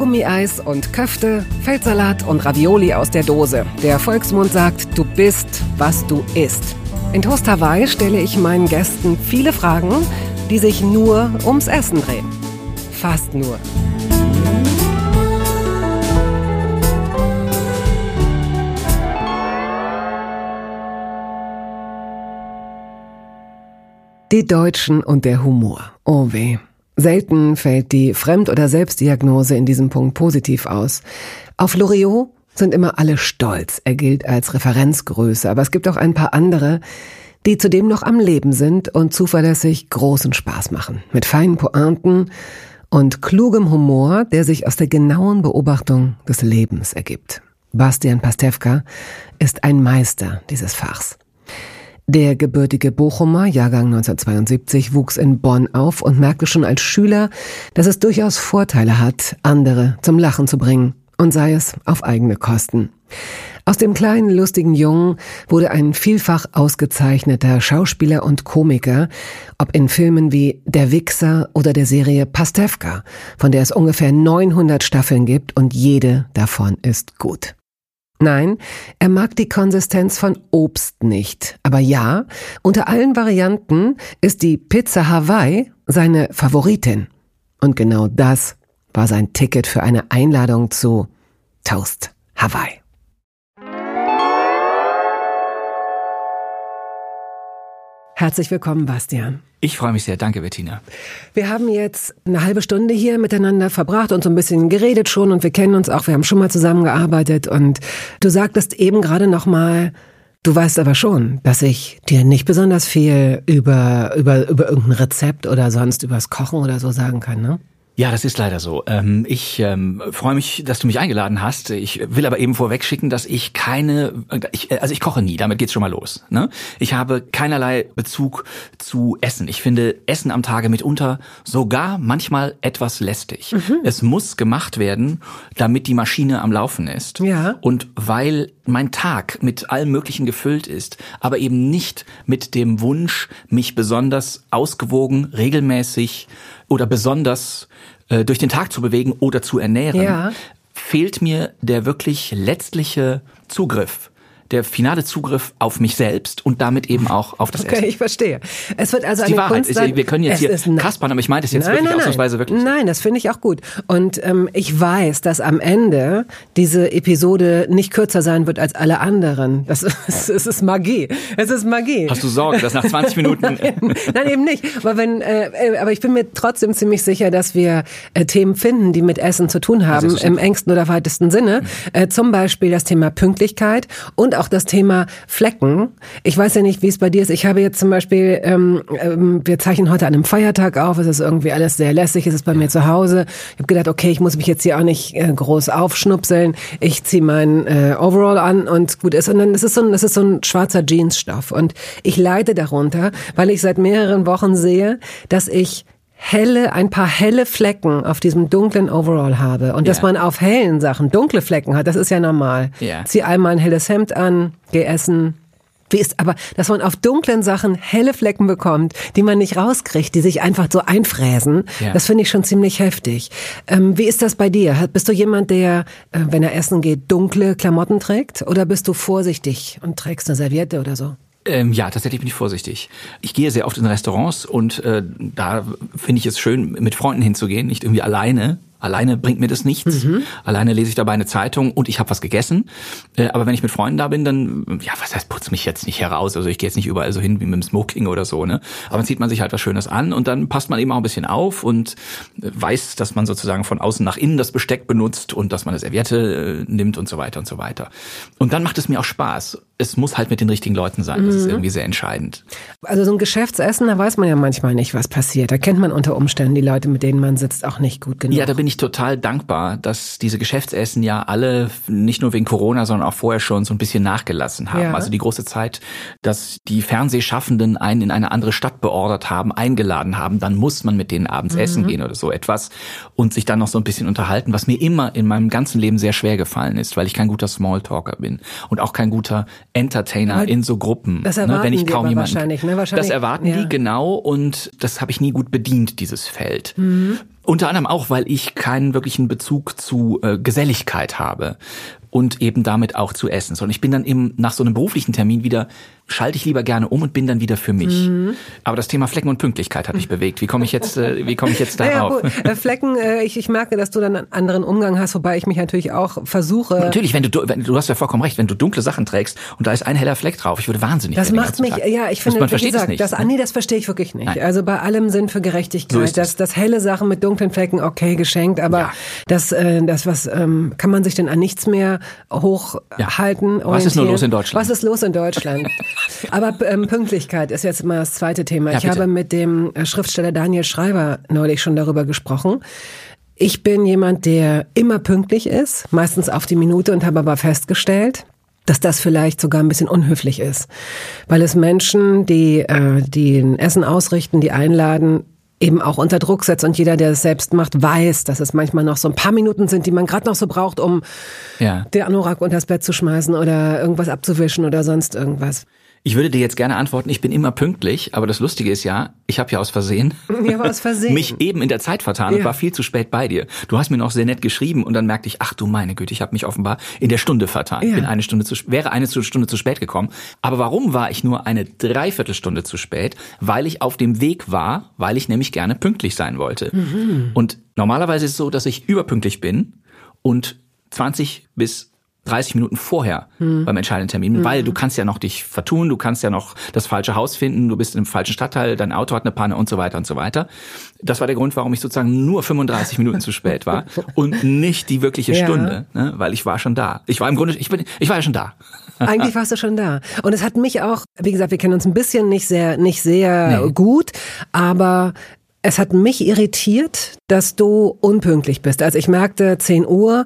Gummieis und Köfte, Feldsalat und Ravioli aus der Dose. Der Volksmund sagt, du bist, was du isst. In Toast Hawaii stelle ich meinen Gästen viele Fragen, die sich nur ums Essen drehen. Fast nur. Die Deutschen und der Humor. Oh weh. Selten fällt die Fremd- oder Selbstdiagnose in diesem Punkt positiv aus. Auf Loriot sind immer alle stolz. Er gilt als Referenzgröße. Aber es gibt auch ein paar andere, die zudem noch am Leben sind und zuverlässig großen Spaß machen. Mit feinen Pointen und klugem Humor, der sich aus der genauen Beobachtung des Lebens ergibt. Bastian Pastewka ist ein Meister dieses Fachs. Der gebürtige Bochumer, Jahrgang 1972, wuchs in Bonn auf und merkte schon als Schüler, dass es durchaus Vorteile hat, andere zum Lachen zu bringen, und sei es auf eigene Kosten. Aus dem kleinen, lustigen Jungen wurde ein vielfach ausgezeichneter Schauspieler und Komiker, ob in Filmen wie Der Wixxer oder der Serie Pastewka, von der es ungefähr 900 Staffeln gibt und jede davon ist gut. Nein, er mag die Konsistenz von Obst nicht. Aber ja, unter allen Varianten ist die Pizza Hawaii seine Favoritin. Und genau das war sein Ticket für eine Einladung zu Toast Hawaii. Herzlich willkommen, Bastian. Ich freue mich sehr. Danke, Bettina. Wir haben jetzt eine halbe Stunde hier miteinander verbracht und so ein bisschen geredet schon und wir kennen uns auch, wir haben schon mal zusammengearbeitet und du sagtest eben gerade noch mal, du weißt aber schon, dass ich dir nicht besonders viel über irgendein Rezept oder sonst übers Kochen oder so sagen kann, ne? Ja, das ist leider so. Ich freue mich, dass du mich eingeladen hast. Ich will aber eben vorweg schicken, dass ich ich koche nie, damit geht's schon mal los. Ne? Ich habe keinerlei Bezug zu Essen. Ich finde Essen am Tage mitunter sogar manchmal etwas lästig. Es muss gemacht werden, damit die Maschine am Laufen ist. Ja. Und weil mein Tag mit allem Möglichen gefüllt ist, aber eben nicht mit dem Wunsch, mich besonders ausgewogen, regelmäßig oder besonders durch den Tag zu bewegen oder zu ernähren, fehlt mir der wirklich letztliche Zugriff. Der finale Zugriff auf mich selbst und damit eben auch auf das Essen. Okay, ich verstehe. Es wird also das ist die eine Wahrheit. Kunst sein. Wir können jetzt hier kaspern, aber ich meine das jetzt ausnahmsweise wirklich. Nein, das finde ich auch gut. Und ich weiß, dass am Ende diese Episode nicht kürzer sein wird als alle anderen. Es ist Magie. Es ist Magie. Hast du Sorge, dass nach 20 Minuten... Nein, eben nicht. Aber ich bin mir trotzdem ziemlich sicher, dass wir Themen finden, die mit Essen zu tun haben, im engsten oder weitesten Sinne. Zum Beispiel das Thema Pünktlichkeit und auch das Thema Flecken. Ich weiß ja nicht, wie es bei dir ist. Ich habe jetzt zum Beispiel, wir zeichnen heute an einem Feiertag auf, es ist irgendwie alles sehr lässig, es ist bei mir zu Hause. Ich habe gedacht, okay, ich muss mich jetzt hier auch nicht groß aufschnupseln. Ich ziehe meinen Overall an und gut ist. Und dann ist es so ein schwarzer Jeansstoff. Und ich leide darunter, weil ich seit mehreren Wochen sehe, dass ich ein paar helle Flecken auf diesem dunklen Overall habe. Und dass man auf hellen Sachen dunkle Flecken hat, das ist ja normal. Zieh einmal ein helles Hemd an, geh essen. Aber dass man auf dunklen Sachen helle Flecken bekommt, die man nicht rauskriegt, die sich einfach so einfräsen, das finde ich schon ziemlich heftig. Wie ist das bei dir? Bist du jemand, der, wenn er essen geht, dunkle Klamotten trägt? Oder bist du vorsichtig und trägst eine Serviette oder so? Ja, tatsächlich bin ich vorsichtig. Ich gehe sehr oft in Restaurants und da finde ich es schön, mit Freunden hinzugehen, nicht irgendwie alleine. Alleine bringt mir das nichts. Alleine lese ich dabei eine Zeitung und ich habe was gegessen. Aber wenn ich mit Freunden da bin, dann, was heißt, putz mich jetzt nicht heraus. Also ich gehe jetzt nicht überall so hin wie mit dem Smoking oder so, ne? Aber dann zieht man sich halt was Schönes an und dann passt man eben auch ein bisschen auf und weiß, dass man sozusagen von außen nach innen das Besteck benutzt und dass man eine Serviette nimmt und so weiter und so weiter. Und dann macht es mir auch Spaß. Es muss halt mit den richtigen Leuten sein. Das ist irgendwie sehr entscheidend. Also so ein Geschäftsessen, da weiß man ja manchmal nicht, was passiert. Da kennt man unter Umständen die Leute, mit denen man sitzt, auch nicht gut genug. Ja, da bin ich total dankbar, dass diese Geschäftsessen ja alle nicht nur wegen Corona, sondern auch vorher schon so ein bisschen nachgelassen haben. Ja. Also die große Zeit, dass die Fernsehschaffenden einen in eine andere Stadt beordert haben, eingeladen haben, dann muss man mit denen abends essen gehen oder so etwas und sich dann noch so ein bisschen unterhalten, was mir immer in meinem ganzen Leben sehr schwer gefallen ist, weil ich kein guter Smalltalker bin und auch kein guter Entertainer in so Gruppen. Das erwarten wenn ich die kaum aber jemanden. wahrscheinlich, ne? Das erwarten die, genau. Und das habe ich nie gut bedient, dieses Feld. Unter anderem auch, weil ich keinen wirklichen Bezug zu Geselligkeit habe. Und eben damit auch zu essen. Sondern ich bin dann eben nach so einem beruflichen Termin wieder, schalte ich lieber gerne um und bin dann wieder für mich. Aber das Thema Flecken und Pünktlichkeit hat mich bewegt. Wie komme ich jetzt darauf? Naja, Flecken, ich merke, dass du dann einen anderen Umgang hast, wobei ich mich natürlich auch versuche. Natürlich, wenn du hast ja vollkommen recht, wenn du dunkle Sachen trägst und da ist ein heller Fleck drauf, ich würde wahnsinnig werden. Das macht mich, Tag. ja, ich finde, man versteht es nicht. Das verstehe ich wirklich nicht. Nein. Also bei allem Sinn für Gerechtigkeit, So das helle Sachen mit dunklen Flecken, okay, geschenkt, aber das was kann man sich denn an nichts mehr hochhalten? Was ist nur los in Deutschland? Was ist los in Deutschland? Aber Pünktlichkeit ist jetzt mal das zweite Thema. Ja, ich habe mit dem Schriftsteller Daniel Schreiber neulich schon darüber gesprochen. Ich bin jemand, der immer pünktlich ist, meistens auf die Minute, und habe aber festgestellt, dass das vielleicht sogar ein bisschen unhöflich ist. Weil es Menschen, die ein Essen ausrichten, die einladen, eben auch unter Druck setzt, und jeder, der es selbst macht, weiß, dass es manchmal noch so ein paar Minuten sind, die man gerade noch so braucht, um den Anorak unters Bett zu schmeißen oder irgendwas abzuwischen oder sonst irgendwas. Ich würde dir jetzt gerne antworten, ich bin immer pünktlich, aber das Lustige ist ja, ich habe ja aus Versehen mich eben in der Zeit vertan und war viel zu spät bei dir. Du hast mir noch sehr nett geschrieben und dann merkte ich, ach du meine Güte, ich habe mich offenbar in der Stunde vertan. Ich bin wäre eine Stunde zu spät gekommen. Aber warum war ich nur eine Dreiviertelstunde zu spät? Weil ich auf dem Weg war, weil ich nämlich gerne pünktlich sein wollte. Und normalerweise ist es so, dass ich überpünktlich bin und 20 bis 30 Minuten vorher beim entscheidenden Termin, weil du kannst ja noch dich vertun, du kannst ja noch das falsche Haus finden, du bist im falschen Stadtteil, dein Auto hat eine Panne und so weiter und so weiter. Das war der Grund, warum ich sozusagen nur 35 Minuten zu spät war und nicht die wirkliche Stunde, ne? Weil ich war schon da. Ich war ja schon da. Eigentlich warst du schon da. Und es hat mich auch, wie gesagt, wir kennen uns ein bisschen nicht sehr gut, aber es hat mich irritiert, dass du unpünktlich bist. Also ich merkte 10 Uhr,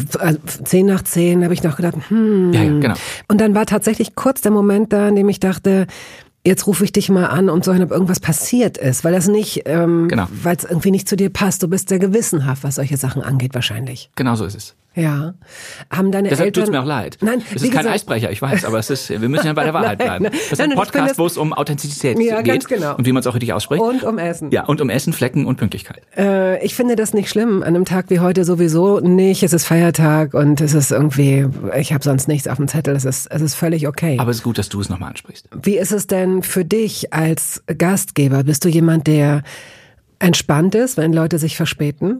10 nach 10, habe ich noch gedacht, Ja, genau. Und dann war tatsächlich kurz der Moment da, in dem ich dachte, jetzt rufe ich dich mal an, um zu hören, ob irgendwas passiert ist. Weil das nicht, weil es irgendwie nicht zu dir passt. Du bist sehr gewissenhaft, was solche Sachen angeht wahrscheinlich. Genau so ist es. Ja. Haben deine Deshalb Eltern... tut's mir auch leid. Nein, es ist kein Eisbrecher, ich weiß, aber wir müssen ja bei der Wahrheit bleiben. Das ist ein Podcast, wo es um Authentizität geht. Ganz genau. Und wie man es auch richtig ausspricht. Und um Essen. Ja, und um Essen, Flecken und Pünktlichkeit. Ich finde das nicht schlimm. An einem Tag wie heute sowieso nicht. Es ist Feiertag und es ist irgendwie, ich habe sonst nichts auf dem Zettel. Es ist völlig okay. Aber es ist gut, dass du es nochmal ansprichst. Wie ist es denn für dich als Gastgeber? Bist du jemand, der entspannt ist, wenn Leute sich verspäten?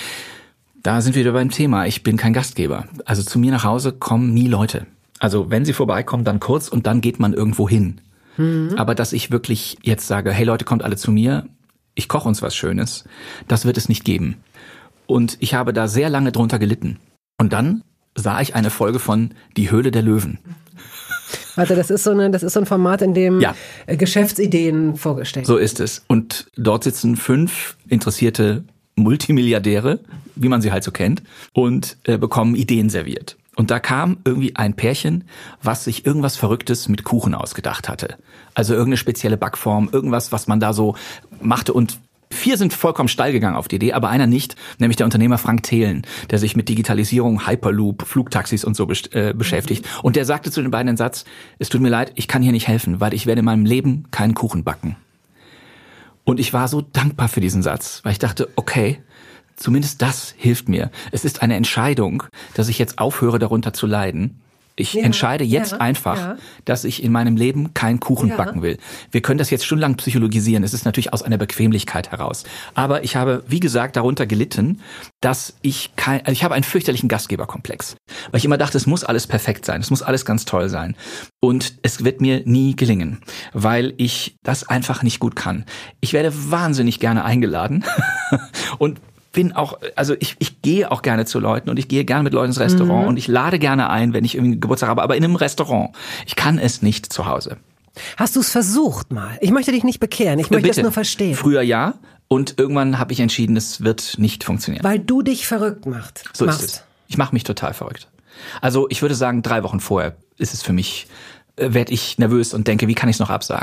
Da sind wir wieder beim Thema. Ich bin kein Gastgeber. Also zu mir nach Hause kommen nie Leute. Also wenn sie vorbeikommen, dann kurz und dann geht man irgendwo hin. Aber dass ich wirklich jetzt sage, hey Leute, kommt alle zu mir, ich koche uns was Schönes, das wird es nicht geben. Und ich habe da sehr lange drunter gelitten. Und dann sah ich eine Folge von Die Höhle der Löwen. Also das ist so ein Format, in dem Geschäftsideen vorgestellt werden. So ist es. Und dort sitzen 5 interessierte Multimilliardäre, wie man sie halt so kennt, und bekommen Ideen serviert. Und da kam irgendwie ein Pärchen, was sich irgendwas Verrücktes mit Kuchen ausgedacht hatte. Also irgendeine spezielle Backform, irgendwas, was man da so machte. Und 4 sind vollkommen steil gegangen auf die Idee, aber einer nicht, nämlich der Unternehmer Frank Thelen, der sich mit Digitalisierung, Hyperloop, Flugtaxis und so beschäftigt. Und der sagte zu den beiden den Satz, es tut mir leid, ich kann hier nicht helfen, weil ich werde in meinem Leben keinen Kuchen backen. Und ich war so dankbar für diesen Satz, weil ich dachte, okay, zumindest das hilft mir. Es ist eine Entscheidung, dass ich jetzt aufhöre, darunter zu leiden. Ich entscheide jetzt einfach, dass ich in meinem Leben keinen Kuchen backen will. Wir können das jetzt stundenlang psychologisieren. Es ist natürlich aus einer Bequemlichkeit heraus. Aber ich habe, wie gesagt, darunter gelitten, dass ich habe einen fürchterlichen Gastgeberkomplex. Weil ich immer dachte, es muss alles perfekt sein. Es muss alles ganz toll sein. Und es wird mir nie gelingen, weil ich das einfach nicht gut kann. Ich werde wahnsinnig gerne eingeladen und bin auch, also ich gehe auch gerne zu Leuten und ich gehe gerne mit Leuten ins Restaurant und ich lade gerne ein, wenn ich irgendwie Geburtstag habe, aber in einem Restaurant. Ich kann es nicht zu Hause. Hast du es versucht mal? Ich möchte dich nicht bekehren, ich möchte es nur verstehen. Früher ja und irgendwann habe ich entschieden, es wird nicht funktionieren. Weil du dich verrückt machst. So ist es. Ich mache mich total verrückt. Also ich würde sagen, 3 Wochen vorher ist es für mich, werde ich nervös und denke, wie kann ich es noch absagen?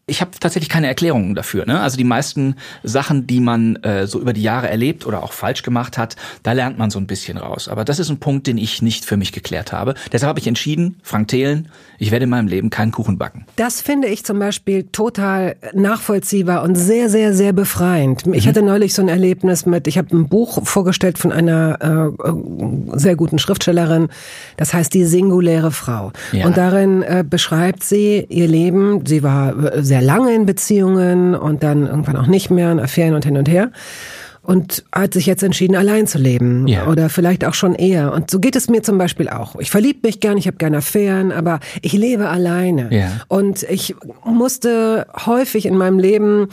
Ich habe tatsächlich keine Erklärungen dafür. Ne? Also die meisten Sachen, die man so über die Jahre erlebt oder auch falsch gemacht hat, da lernt man so ein bisschen raus. Aber das ist ein Punkt, den ich nicht für mich geklärt habe. Deshalb habe ich entschieden, Frank Thelen, ich werde in meinem Leben keinen Kuchen backen. Das finde ich zum Beispiel total nachvollziehbar und sehr, sehr, sehr befreiend. Ich hatte neulich so ein Erlebnis ich habe ein Buch vorgestellt von einer sehr guten Schriftstellerin, das heißt Die singuläre Frau. Ja. Und darin beschreibt sie ihr Leben. Sie war sehr lange in Beziehungen und dann irgendwann auch nicht mehr, in Affären und hin und her. Und hat sich jetzt entschieden, allein zu leben. Yeah. Oder vielleicht auch schon eher. Und so geht es mir zum Beispiel auch. Ich verliebe mich gern, ich habe gerne Affären, aber ich lebe alleine. Yeah. Und ich musste häufig in meinem Leben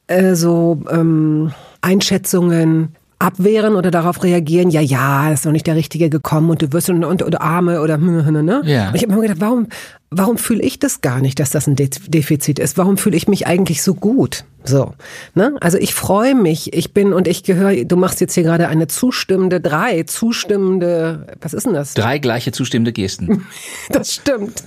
Einschätzungen abwehren oder darauf reagieren, ja, ist noch nicht der Richtige gekommen und du wirst oder Arme oder ne? Yeah. Und ich habe mir gedacht, warum fühle ich das gar nicht, dass das ein Defizit ist? Warum fühle ich mich eigentlich so gut? So, ne? Also ich freue mich, du machst jetzt hier gerade drei zustimmende, was ist denn das? 3 gleiche zustimmende Gesten. Das stimmt.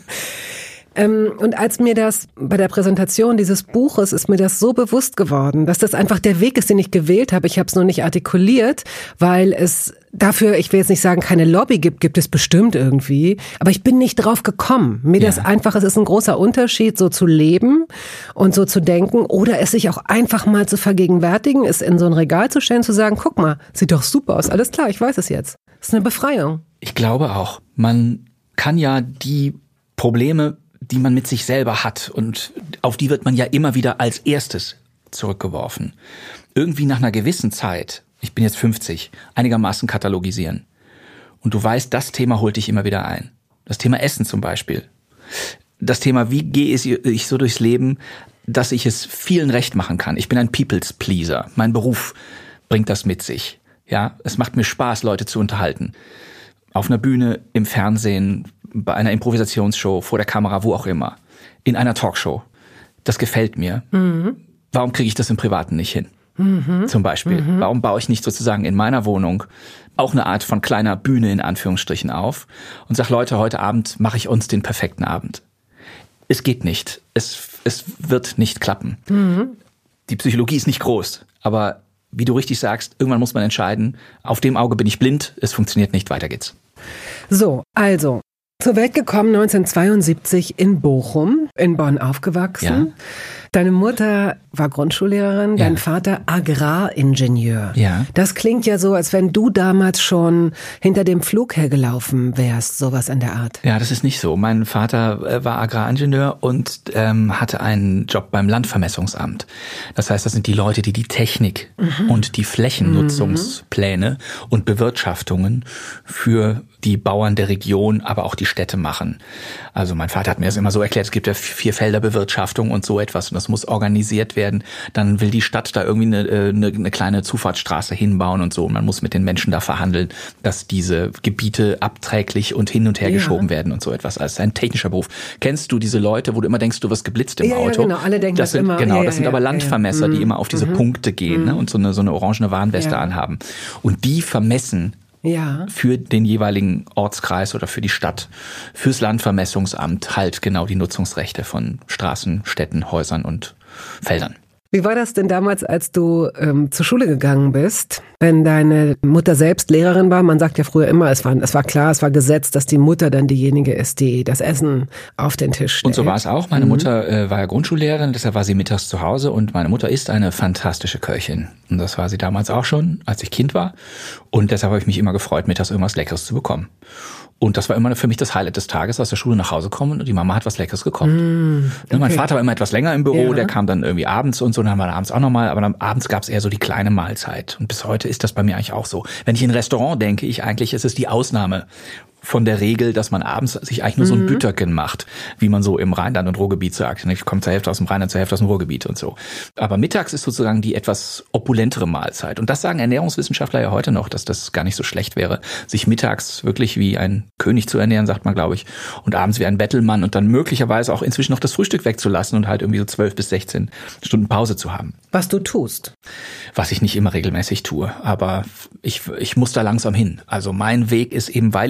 Und als mir das bei der Präsentation dieses Buches ist mir das so bewusst geworden, dass das einfach der Weg ist, den ich gewählt habe. Ich habe es nur nicht artikuliert, weil es dafür, ich will jetzt nicht sagen, keine Lobby gibt es bestimmt irgendwie, aber ich bin nicht drauf gekommen. Es ist ein großer Unterschied, so zu leben und so zu denken oder es sich auch einfach mal zu vergegenwärtigen, es in so ein Regal zu stellen, zu sagen, guck mal, sieht doch super aus, alles klar, ich weiß es jetzt. Das ist eine Befreiung. Ich glaube auch, man kann ja die Probleme, die man mit sich selber hat und auf die wird man ja immer wieder als erstes zurückgeworfen. Irgendwie nach einer gewissen Zeit, ich bin jetzt 50, einigermaßen katalogisieren. Und du weißt, das Thema holt dich immer wieder ein. Das Thema Essen zum Beispiel. Das Thema, wie gehe ich so durchs Leben, dass ich es vielen recht machen kann. Ich bin ein People's Pleaser. Mein Beruf bringt das mit sich. Ja, es macht mir Spaß, Leute zu unterhalten. Auf einer Bühne, im Fernsehen, bei einer Improvisationsshow, vor der Kamera, wo auch immer. In einer Talkshow. Das gefällt mir. Mhm. Warum kriege ich das im Privaten nicht hin? Mhm. Zum Beispiel. Mhm. Warum baue ich nicht sozusagen in meiner Wohnung auch eine Art von kleiner Bühne in Anführungsstrichen auf und sag, Leute, heute Abend mache ich uns den perfekten Abend. Es geht nicht. Es wird nicht klappen. Mhm. Die Psychologie ist nicht groß, aber wie du richtig sagst, irgendwann muss man entscheiden, auf dem Auge bin ich blind, es funktioniert nicht, weiter geht's. So, also zur Welt gekommen 1972 in Bochum, in Bonn aufgewachsen. Ja. Deine Mutter war Grundschullehrerin, dein Vater Agraringenieur. Ja. Das klingt ja so, als wenn du damals schon hinter dem Flug hergelaufen wärst, sowas in der Art. Ja, das ist nicht so. Mein Vater war Agraringenieur und hatte einen Job beim Landvermessungsamt. Das heißt, das sind die Leute, die die Technik und die Flächennutzungspläne und Bewirtschaftungen für die Bauern der Region, aber auch die Städte machen. Also mein Vater hat mir das immer so erklärt, es gibt ja 4 Felder Bewirtschaftung und so etwas und das muss organisiert werden. Dann will die Stadt da irgendwie eine kleine Zufahrtsstraße hinbauen und so. Und man muss mit den Menschen da verhandeln, dass diese Gebiete abträglich und hin und her geschoben werden und so etwas. Also ein technischer Beruf. Kennst du diese Leute, wo du immer denkst, du wirst geblitzt im Auto? Ja, genau, alle denken das immer. Genau, das sind aber Landvermesser, die immer auf diese Punkte gehen ne, und so eine orangene Warnweste anhaben. Und die vermessen für den jeweiligen Ortskreis oder für die Stadt, fürs Landvermessungsamt halt genau die Nutzungsrechte von Straßen, Städten, Häusern und Feldern. Wie war das denn damals, als du zur Schule gegangen bist, wenn deine Mutter selbst Lehrerin war? Man sagt ja früher immer, es war klar, es war Gesetz, dass die Mutter dann diejenige ist, die das Essen auf den Tisch stellt. Und so war es auch. Meine Mutter war ja Grundschullehrerin, deshalb war sie mittags zu Hause und meine Mutter ist eine fantastische Köchin. Und das war sie damals auch schon, als ich Kind war. Und deshalb habe ich mich immer gefreut, mittags irgendwas Leckeres zu bekommen. Und das war immer für mich das Highlight des Tages, aus der Schule nach Hause kommen und die Mama hat was Leckeres gekocht. Okay. Mein Vater war immer etwas länger im Büro, der kam dann irgendwie abends und so, und dann war er abends auch nochmal, aber dann abends gab es eher so die kleine Mahlzeit. Und bis heute ist das bei mir eigentlich auch so. Wenn ich in ein Restaurant denke, ist es die Ausnahme von der Regel, dass man abends sich eigentlich nur so ein Bütterken macht, wie man so im Rheinland und Ruhrgebiet sagt. Ich komme zur Hälfte aus dem Rheinland, zur Hälfte aus dem Ruhrgebiet und so. Aber mittags ist sozusagen die etwas opulentere Mahlzeit. Und das sagen Ernährungswissenschaftler ja heute noch, dass das gar nicht so schlecht wäre, sich mittags wirklich wie ein König zu ernähren, sagt man, glaube ich, und abends wie ein Bettelmann und dann möglicherweise auch inzwischen noch das Frühstück wegzulassen und halt irgendwie so 12 bis 16 Stunden Pause zu haben. Was du tust. Was ich nicht immer regelmäßig tue, aber ich muss da langsam hin. Also mein Weg ist eben, weil ich keine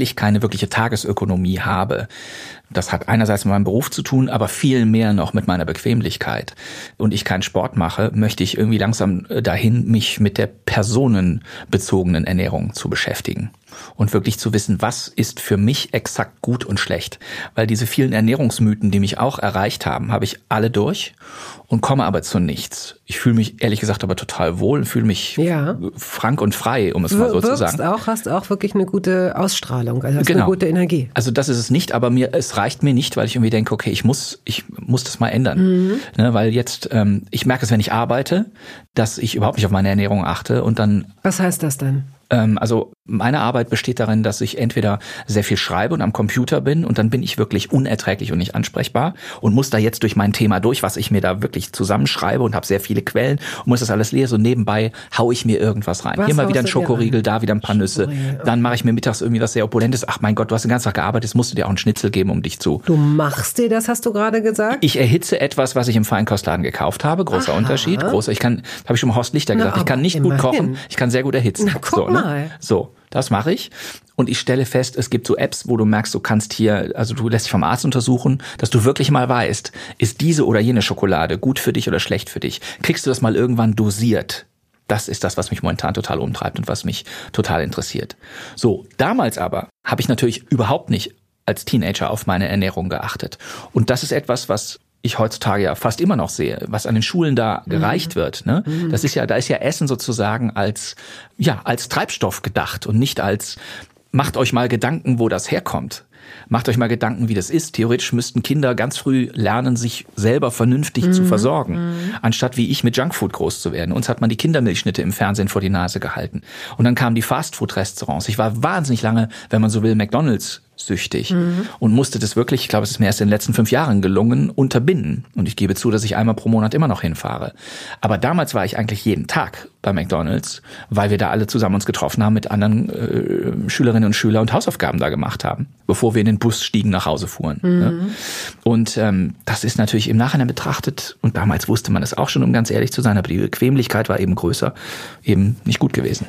keine wirkliche Tagesökonomie habe. Das hat einerseits mit meinem Beruf zu tun, aber viel mehr noch mit meiner Bequemlichkeit. Und ich keinen Sport mache, möchte ich irgendwie langsam dahin, mich mit der personenbezogenen Ernährung zu beschäftigen. Und wirklich zu wissen, was ist für mich exakt gut und schlecht. Weil diese vielen Ernährungsmythen, die mich auch erreicht haben, habe ich alle durch und komme aber zu nichts. Ich fühle mich ehrlich gesagt aber total wohl und fühle mich frank und frei, um es mal so zu sagen. Hast auch wirklich eine gute Ausstrahlung, also hast eine gute Energie. Also das ist es nicht, aber es reicht mir nicht, weil ich irgendwie denke, okay, ich muss das mal ändern. Ne, weil jetzt, ich merke es, wenn ich arbeite, dass ich überhaupt nicht auf meine Ernährung achte und dann... Was heißt das denn? Also meine Arbeit besteht darin, dass ich entweder sehr viel schreibe und am Computer bin und dann bin ich wirklich unerträglich und nicht ansprechbar und muss da jetzt durch mein Thema durch, was ich mir da wirklich zusammenschreibe und habe sehr viele Quellen und muss das alles lesen und nebenbei haue ich mir irgendwas rein. Hier mal wieder ein Schokoriegel, da wieder ein paar Nüsse. Dann mache ich mir mittags irgendwie was sehr Opulentes. Ach mein Gott, du hast den ganzen Tag gearbeitet, jetzt musst du dir auch einen Schnitzel geben, um dich zu... Du machst dir das, hast du gerade gesagt? Ich erhitze etwas, was ich im Feinkostladen gekauft habe. Großer Unterschied. Habe ich schon mal Horst Lichter gesagt. Ich kann nicht gut kochen, ich kann sehr gut erhitzen. Na, guck mal. So, das mache ich. Und ich stelle fest, es gibt so Apps, wo du merkst, du kannst hier, also du lässt dich vom Arzt untersuchen, dass du wirklich mal weißt, ist diese oder jene Schokolade gut für dich oder schlecht für dich? Kriegst du das mal irgendwann dosiert? Das ist das, was mich momentan total umtreibt und was mich total interessiert. So, damals aber habe ich natürlich überhaupt nicht als Teenager auf meine Ernährung geachtet. Und das ist etwas, was ich heutzutage ja fast immer noch sehe, was an den Schulen da gereicht wird, ne? Das ist ja, da ist ja Essen sozusagen als Treibstoff gedacht und nicht als, macht euch mal Gedanken, wo das herkommt. Macht euch mal Gedanken, wie das ist. Theoretisch müssten Kinder ganz früh lernen, sich selber vernünftig zu versorgen, anstatt wie ich mit Junkfood groß zu werden. Uns hat man die Kindermilchschnitte im Fernsehen vor die Nase gehalten. Und dann kamen die Fastfood-Restaurants. Ich war wahnsinnig lange, wenn man so will, McDonald's süchtig und musste das wirklich, ich glaube, es ist mir erst in den letzten 5 Jahren gelungen, unterbinden. Und ich gebe zu, dass ich einmal pro Monat immer noch hinfahre. Aber damals war ich eigentlich jeden Tag bei McDonald's, weil wir da alle zusammen uns getroffen haben mit anderen Schülerinnen und Schülern und Hausaufgaben da gemacht haben, bevor wir in den Bus stiegen, nach Hause fuhren. Ne? Und das ist natürlich im Nachhinein betrachtet, und damals wusste man es auch schon, um ganz ehrlich zu sein, aber die Bequemlichkeit war eben größer, eben nicht gut gewesen.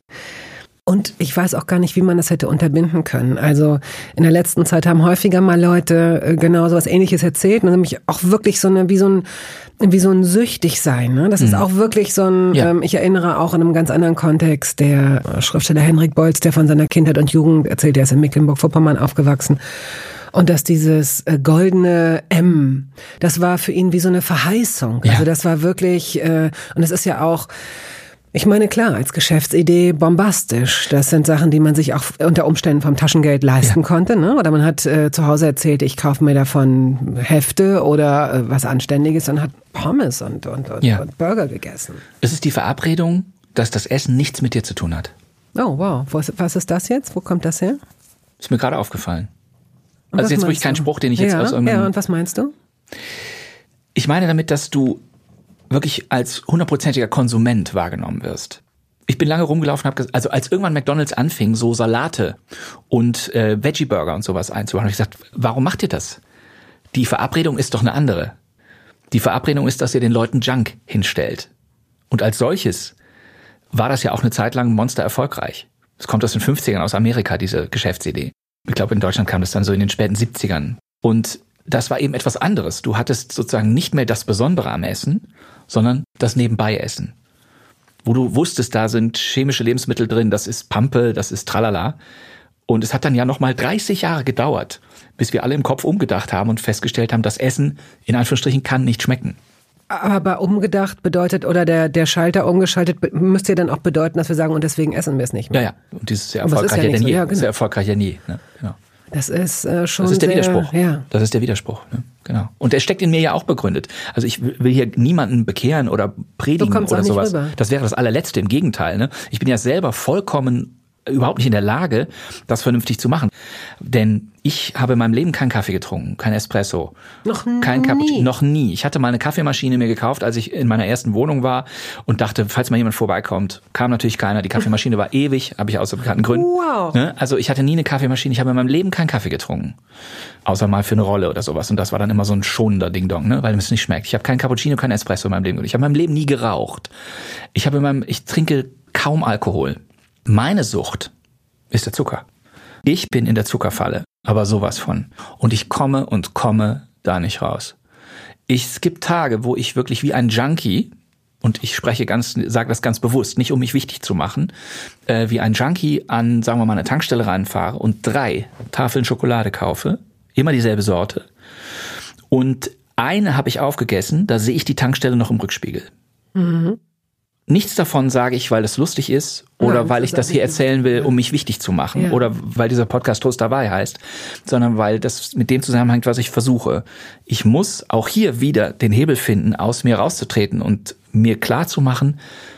Und ich weiß auch gar nicht, wie man das hätte unterbinden können. Also in der letzten Zeit haben häufiger mal Leute genau so was Ähnliches erzählt, nämlich auch wirklich so eine wie so ein Süchtigsein. Ne? Das ist auch wirklich so ein. Ich erinnere auch in einem ganz anderen Kontext der Schriftsteller Henrik Bolz, der von seiner Kindheit und Jugend erzählt, der ist in Mecklenburg-Vorpommern aufgewachsen. Und dass dieses goldene M, das war für ihn wie so eine Verheißung. Ja. Also das war wirklich, und es ist ja auch, ich meine, klar, als Geschäftsidee bombastisch. Das sind Sachen, die man sich auch unter Umständen vom Taschengeld leisten konnte. Ne? Oder man hat zu Hause erzählt, ich kaufe mir davon Hefte oder was Anständiges und hat Pommes und Burger gegessen. Es ist die Verabredung, dass das Essen nichts mit dir zu tun hat. Oh, wow. Was ist das jetzt? Wo kommt das her? Ist mir gerade aufgefallen. Also jetzt wirklich kein Spruch, den ich jetzt aus irgendeinem... Ja, und was meinst du? Ich meine damit, dass du wirklich als 100%iger Konsument wahrgenommen wirst. Ich bin lange rumgelaufen, also als irgendwann McDonald's anfing, so Salate und Veggie-Burger und sowas einzubauen, habe ich gesagt, warum macht ihr das? Die Verabredung ist doch eine andere. Die Verabredung ist, dass ihr den Leuten Junk hinstellt. Und als solches war das ja auch eine Zeit lang monster erfolgreich. Es kommt aus den 50ern aus Amerika, diese Geschäftsidee. Ich glaube, in Deutschland kam das dann so in den späten 70ern. Und das war eben etwas anderes. Du hattest sozusagen nicht mehr das Besondere am Essen, sondern das Nebenbei-Essen. Wo du wusstest, da sind chemische Lebensmittel drin, das ist Pampe, das ist Tralala. Und es hat dann ja nochmal 30 Jahre gedauert, bis wir alle im Kopf umgedacht haben und festgestellt haben, das Essen, in Anführungsstrichen, kann nicht schmecken. Aber umgedacht bedeutet, oder der Schalter umgeschaltet, müsste ja dann auch bedeuten, dass wir sagen, und deswegen essen wir es nicht mehr. Ja. Und dieses ist ja erfolgreicher denn je. Sehr erfolgreicher nie. Ne? Genau. Das ist schon. Das ist der Widerspruch. Ja. Das ist der Widerspruch. Ne? Genau. Und der steckt in mir ja auch begründet. Also ich will hier niemanden bekehren oder predigen oder sowas. Rüber. Das wäre das allerletzte. Im Gegenteil. Ne? Ich bin ja selber vollkommen überhaupt nicht in der Lage, das vernünftig zu machen. Denn ich habe in meinem Leben keinen Kaffee getrunken, kein Espresso, kein Cappuccino, noch nie. Ich hatte mal eine Kaffeemaschine mir gekauft, als ich in meiner ersten Wohnung war und dachte, falls mal jemand vorbeikommt, kam natürlich keiner. Die Kaffeemaschine war ewig, habe ich aus bekannten Gründen. Wow. Ne? Also ich hatte nie eine Kaffeemaschine, ich habe in meinem Leben keinen Kaffee getrunken. Außer mal für eine Rolle oder sowas. Und das war dann immer so ein schonender Ding-Dong, ne? Weil es nicht schmeckt. Ich habe keinen Cappuccino, kein Espresso in meinem Leben. Ich habe in meinem Leben nie geraucht. Ich trinke kaum Alkohol. Meine Sucht ist der Zucker. Ich bin in der Zuckerfalle, aber sowas von. Und ich komme da nicht raus. Es gibt Tage, wo ich wirklich wie ein Junkie, und ich sage das ganz bewusst, nicht um mich wichtig zu machen, wie ein Junkie an, sagen wir mal, eine Tankstelle reinfahre und 3 Tafeln Schokolade kaufe, immer dieselbe Sorte. Und eine habe ich aufgegessen, da sehe ich die Tankstelle noch im Rückspiegel. Mhm. Nichts davon sage ich, weil das lustig ist oder weil ich das hier erzählen will, um mich wichtig zu machen oder weil dieser Podcast Toast dabei heißt, sondern weil das mit dem zusammenhängt, was ich versuche. Ich muss auch hier wieder den Hebel finden, aus mir rauszutreten und mir klar zu machen,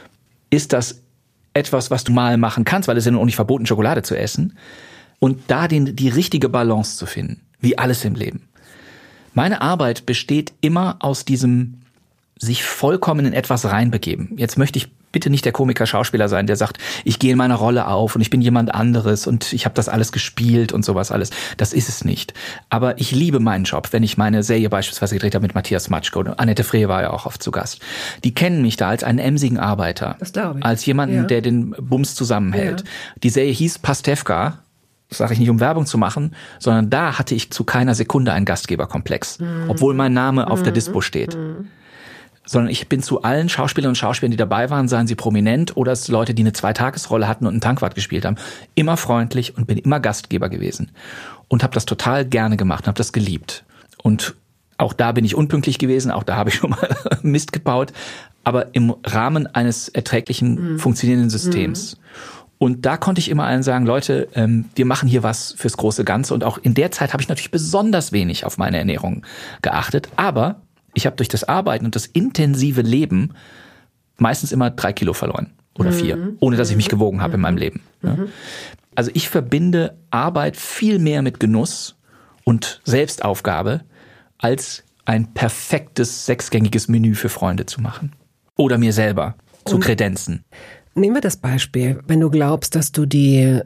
ist das etwas, was du mal machen kannst, weil es ist ja auch nicht verboten, Schokolade zu essen, und da die richtige Balance zu finden, wie alles im Leben. Meine Arbeit besteht immer aus diesem sich vollkommen in etwas reinbegeben. Jetzt möchte ich bitte nicht der Komiker-Schauspieler sein, der sagt, ich gehe in meiner Rolle auf und ich bin jemand anderes und ich habe das alles gespielt und sowas alles. Das ist es nicht. Aber ich liebe meinen Job, wenn ich meine Serie beispielsweise gedreht habe mit Matthias Matschko. Annette Frey war ja auch oft zu Gast. Die kennen mich da als einen emsigen Arbeiter. Das glaube ich. Als jemanden, der den Bums zusammenhält. Ja. Die Serie hieß Pastewka. Das sage ich nicht, um Werbung zu machen, sondern da hatte ich zu keiner Sekunde einen Gastgeberkomplex. Obwohl mein Name auf der Dispo steht. Sondern ich bin zu allen Schauspielern und Schauspielern, die dabei waren, seien sie prominent oder es Leute, die eine 2-Tagesrolle hatten und einen Tankwart gespielt haben, immer freundlich und bin immer Gastgeber gewesen. Und habe das total gerne gemacht, habe das geliebt. Und auch da bin ich unpünktlich gewesen, auch da habe ich schon mal Mist gebaut, aber im Rahmen eines erträglichen, funktionierenden Systems. Und da konnte ich immer allen sagen, Leute, wir machen hier was fürs große Ganze. Und auch in der Zeit habe ich natürlich besonders wenig auf meine Ernährung geachtet, aber ich habe durch das Arbeiten und das intensive Leben meistens immer 3 Kilo verloren oder 4, ohne dass ich mich gewogen habe in meinem Leben. Ja. Also ich verbinde Arbeit viel mehr mit Genuss und Selbstaufgabe, als ein perfektes 6-gängiges Menü für Freunde zu machen. Oder mir selber zu kredenzen. Nehmen wir das Beispiel, wenn du glaubst, dass du die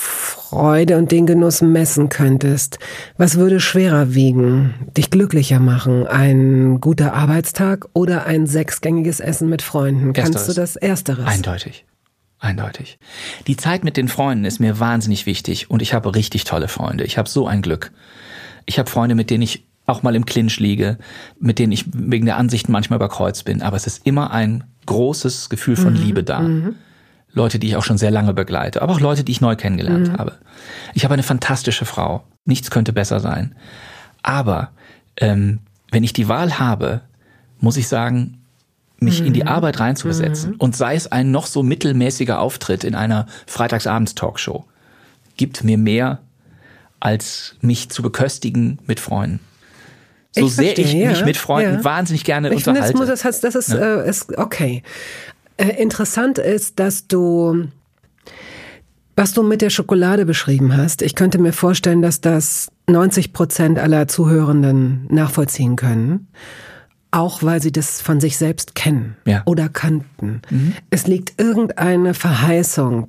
Freude und den Genuss messen könntest. Was würde schwerer wiegen, dich glücklicher machen? Ein guter Arbeitstag oder ein 6-gängiges Essen mit Freunden? Kannst du das Ersteres? Eindeutig. Die Zeit mit den Freunden ist mir wahnsinnig wichtig und ich habe richtig tolle Freunde. Ich habe so ein Glück. Ich habe Freunde, mit denen ich auch mal im Clinch liege, mit denen ich wegen der Ansichten manchmal über Kreuz bin. Aber es ist immer ein großes Gefühl von Liebe da. Leute, die ich auch schon sehr lange begleite, aber auch Leute, die ich neu kennengelernt habe. Ich habe eine fantastische Frau. Nichts könnte besser sein. Aber wenn ich die Wahl habe, muss ich sagen, mich in die Arbeit reinzusetzen und sei es ein noch so mittelmäßiger Auftritt in einer Freitagsabends-Talkshow, gibt mir mehr, als mich zu beköstigen mit Freunden. So sehr ich mich mit Freunden wahnsinnig gerne unterhalte. Das ist okay. Interessant ist, dass du, was du mit der Schokolade beschrieben hast, ich könnte mir vorstellen, dass das 90% aller Zuhörenden nachvollziehen können, auch weil sie das von sich selbst kennen oder kannten. Es liegt irgendeine Verheißung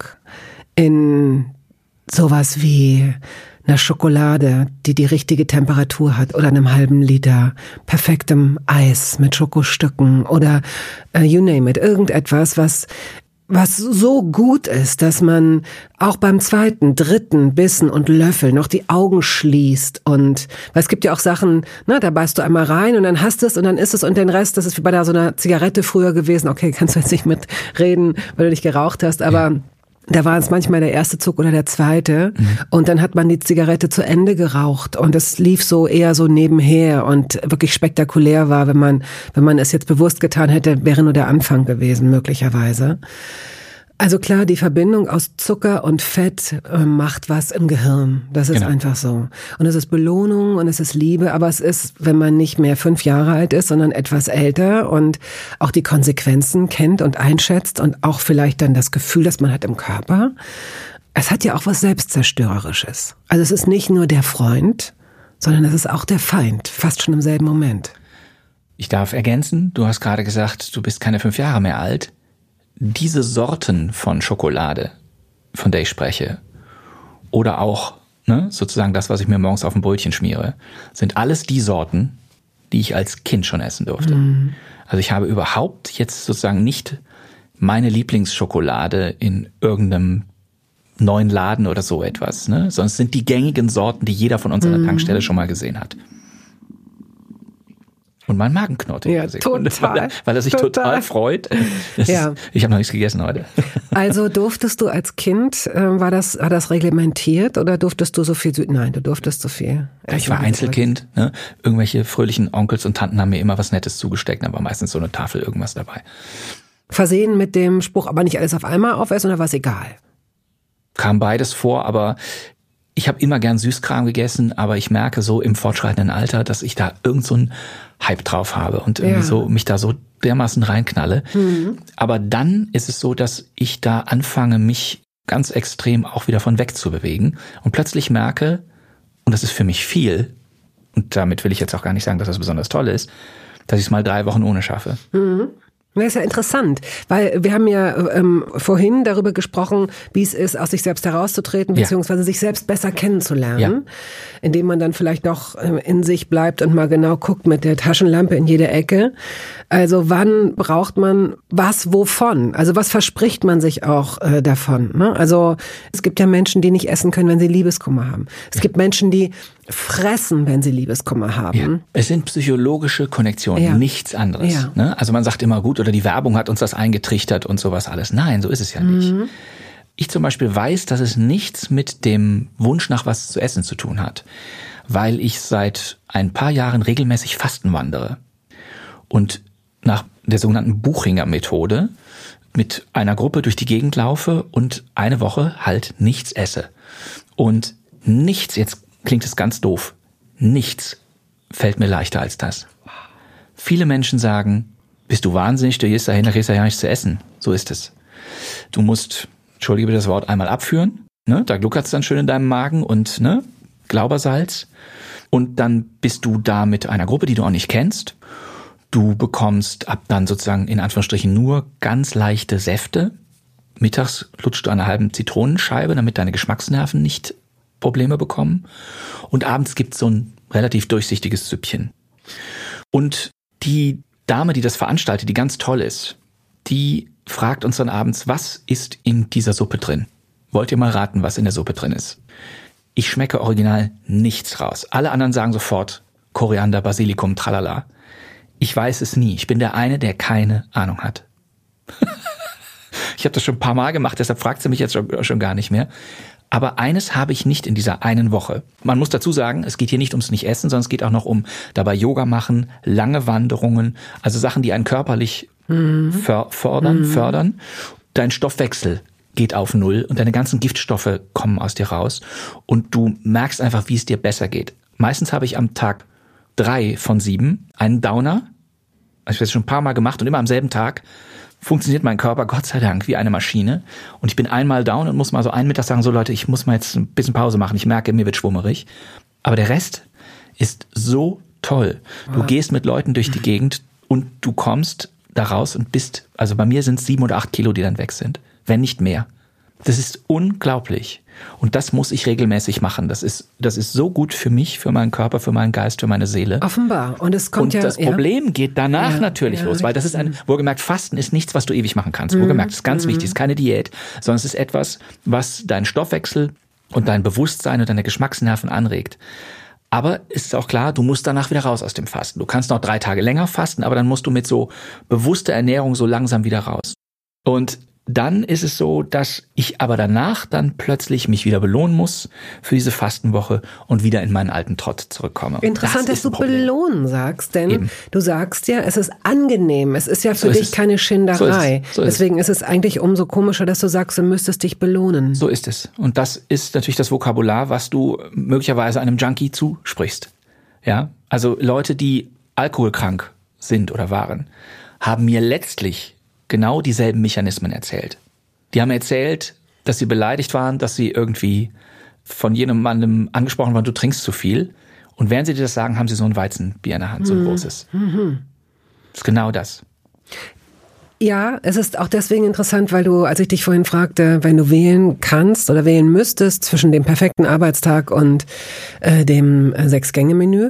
in sowas wie einer Schokolade, die die richtige Temperatur hat, oder einem halben Liter perfektem Eis mit Schokostücken oder you name it, irgendetwas, was so gut ist, dass man auch beim 2., 3. Bissen und Löffel noch die Augen schließt. Und weil es gibt ja auch Sachen, da beißt du einmal rein und dann hast es und dann ist es und den Rest, das ist wie bei so einer Zigarette früher gewesen. Okay, kannst du jetzt nicht mitreden, weil du nicht geraucht hast, aber da war es manchmal der erste Zug oder der 2. Und dann hat man die Zigarette zu Ende geraucht und es lief so eher so nebenher und wirklich spektakulär war, wenn man es jetzt bewusst getan hätte, wäre nur der Anfang gewesen, möglicherweise. Also klar, die Verbindung aus Zucker und Fett macht was im Gehirn. Das ist einfach so. Und es ist Belohnung und es ist Liebe, aber es ist, wenn man nicht mehr 5 Jahre alt ist, sondern etwas älter und auch die Konsequenzen kennt und einschätzt und auch vielleicht dann das Gefühl, das man hat im Körper. Es hat ja auch was Selbstzerstörerisches. Also es ist nicht nur der Freund, sondern es ist auch der Feind, fast schon im selben Moment. Ich darf ergänzen, du hast gerade gesagt, du bist keine 5 Jahre mehr alt. Diese Sorten von Schokolade, von der ich spreche, oder auch sozusagen das, was ich mir morgens auf ein Brötchen schmiere, sind alles die Sorten, die ich als Kind schon essen durfte. Also ich habe überhaupt jetzt sozusagen nicht meine Lieblingsschokolade in irgendeinem neuen Laden oder so etwas, ne? Sondern es sind die gängigen Sorten, die jeder von uns an der Tankstelle schon mal gesehen hat. Und mein Magen knurrt in der Sekunde, weil er sich total freut. Ich habe noch nichts gegessen heute. Also durftest du als Kind, war das reglementiert oder durftest du so viel? Nein, du durftest so viel. Ich war Einzelkind. Ne? Irgendwelche fröhlichen Onkels und Tanten haben mir immer was Nettes zugesteckt. Da war meistens so eine Tafel irgendwas dabei. Versehen mit dem Spruch, aber nicht alles auf einmal aufessen oder war es egal? Kam beides vor, aber ich habe immer gern Süßkram gegessen, aber ich merke so im fortschreitenden Alter, dass ich da irgend so einen Hype drauf habe und irgendwie so mich da so dermaßen reinknalle. Aber dann ist es so, dass ich da anfange, mich ganz extrem auch wieder von weg zu bewegen und plötzlich merke, und das ist für mich viel, und damit will ich jetzt auch gar nicht sagen, dass das besonders toll ist, dass ich es mal 3 Wochen ohne schaffe. Das ist ja interessant, weil wir haben ja vorhin darüber gesprochen, wie es ist, aus sich selbst herauszutreten, beziehungsweise sich selbst besser kennenzulernen, indem man dann vielleicht doch in sich bleibt und mal genau guckt mit der Taschenlampe in jede Ecke. Also wann braucht man was wovon? Also was verspricht man sich auch davon? Ne? Also es gibt ja Menschen, die nicht essen können, wenn sie Liebeskummer haben. Es gibt Menschen, die fressen, wenn sie Liebeskummer haben. Ja. Es sind psychologische Konnektionen, nichts anderes. Ja. Ne? Also man sagt immer, gut, oder die Werbung hat uns das eingetrichtert und sowas alles. Nein, so ist es ja nicht. Ich zum Beispiel weiß, dass es nichts mit dem Wunsch nach was zu essen zu tun hat, weil ich seit ein paar Jahren regelmäßig Fasten wandere und nach der sogenannten Buchinger-Methode mit einer Gruppe durch die Gegend laufe und eine Woche halt nichts esse. Und nichts, jetzt klingt es ganz doof, nichts fällt mir leichter als das. Viele Menschen sagen, bist du wahnsinnig, du gehst dahin, da kriegst du ja nichts zu essen. So ist es. Du musst, entschuldige bitte das Wort, einmal abführen, ne? Da gluckert's dann schön in deinem Magen und ne, Glaubersalz. Und dann bist du da mit einer Gruppe, die du auch nicht kennst. Du bekommst ab dann sozusagen in Anführungsstrichen nur ganz leichte Säfte. Mittags lutschst du an einer halben Zitronenscheibe, damit deine Geschmacksnerven nicht Probleme bekommen. Und abends gibt's so ein relativ durchsichtiges Süppchen. Und die Dame, die das veranstaltet, die ganz toll ist, die fragt uns dann abends, was ist in dieser Suppe drin? Wollt ihr mal raten, was in der Suppe drin ist? Ich schmecke original nichts raus. Alle anderen sagen sofort Koriander, Basilikum, tralala. Ich weiß es nie. Ich bin der eine, der keine Ahnung hat. Ich habe das schon ein paar Mal gemacht, deshalb fragt sie mich jetzt schon gar nicht mehr. Aber eines habe ich nicht in dieser einen Woche. Man muss dazu sagen, es geht hier nicht ums Nicht-Essen, sondern es geht auch noch um dabei Yoga machen, lange Wanderungen, also Sachen, die einen körperlich fördern. Dein Stoffwechsel geht auf Null und deine ganzen Giftstoffe kommen aus dir raus und du merkst einfach, wie es dir besser geht. Meistens habe ich am Tag 3 von 7 einen Downer. Ich habe das schon ein paar Mal gemacht und immer am selben Tag funktioniert mein Körper, Gott sei Dank, wie eine Maschine. Und ich bin einmal down und muss mal so einen Mittag sagen, so Leute, ich muss mal jetzt ein bisschen Pause machen. Ich merke, mir wird schwummerig. Aber der Rest ist so toll. Du gehst mit Leuten durch die Gegend und du kommst da raus und bist, also bei mir sind es 7 oder 8 Kilo, die dann weg sind. Wenn nicht mehr. Das ist unglaublich. Und das muss ich regelmäßig machen. Das ist so gut für mich, für meinen Körper, für meinen Geist, für meine Seele. Offenbar. Und es kommt und das Problem geht danach natürlich los, weil das ist wohlgemerkt, Fasten ist nichts, was du ewig machen kannst. Wohlgemerkt, das ist ganz wichtig, es ist keine Diät, sondern es ist etwas, was deinen Stoffwechsel und dein Bewusstsein und deine Geschmacksnerven anregt. Aber es ist auch klar, du musst danach wieder raus aus dem Fasten. Du kannst noch 3 Tage länger fasten, aber dann musst du mit so bewusster Ernährung so langsam wieder raus. Und dann ist es so, dass ich aber danach dann plötzlich mich wieder belohnen muss für diese Fastenwoche und wieder in meinen alten Trott zurückkomme. Interessant, dass du belohnen sagst, denn du sagst ja, es ist angenehm. Es ist ja für dich keine Schinderei. Deswegen ist es eigentlich umso komischer, dass du sagst, du müsstest dich belohnen. So ist es. Und das ist natürlich das Vokabular, was du möglicherweise einem Junkie zusprichst. Ja, also Leute, die alkoholkrank sind oder waren, haben mir letztlich genau dieselben Mechanismen erzählt. Die haben erzählt, dass sie beleidigt waren, dass sie irgendwie von jemandem angesprochen waren, du trinkst zu viel. Und während sie dir das sagen, haben sie so ein Weizenbier in der Hand, so ein großes. Das ist genau das. Ja, es ist auch deswegen interessant, weil du, als ich dich vorhin fragte, wenn du wählen kannst oder wählen müsstest zwischen dem perfekten Arbeitstag und dem 6-Gänge-Menü,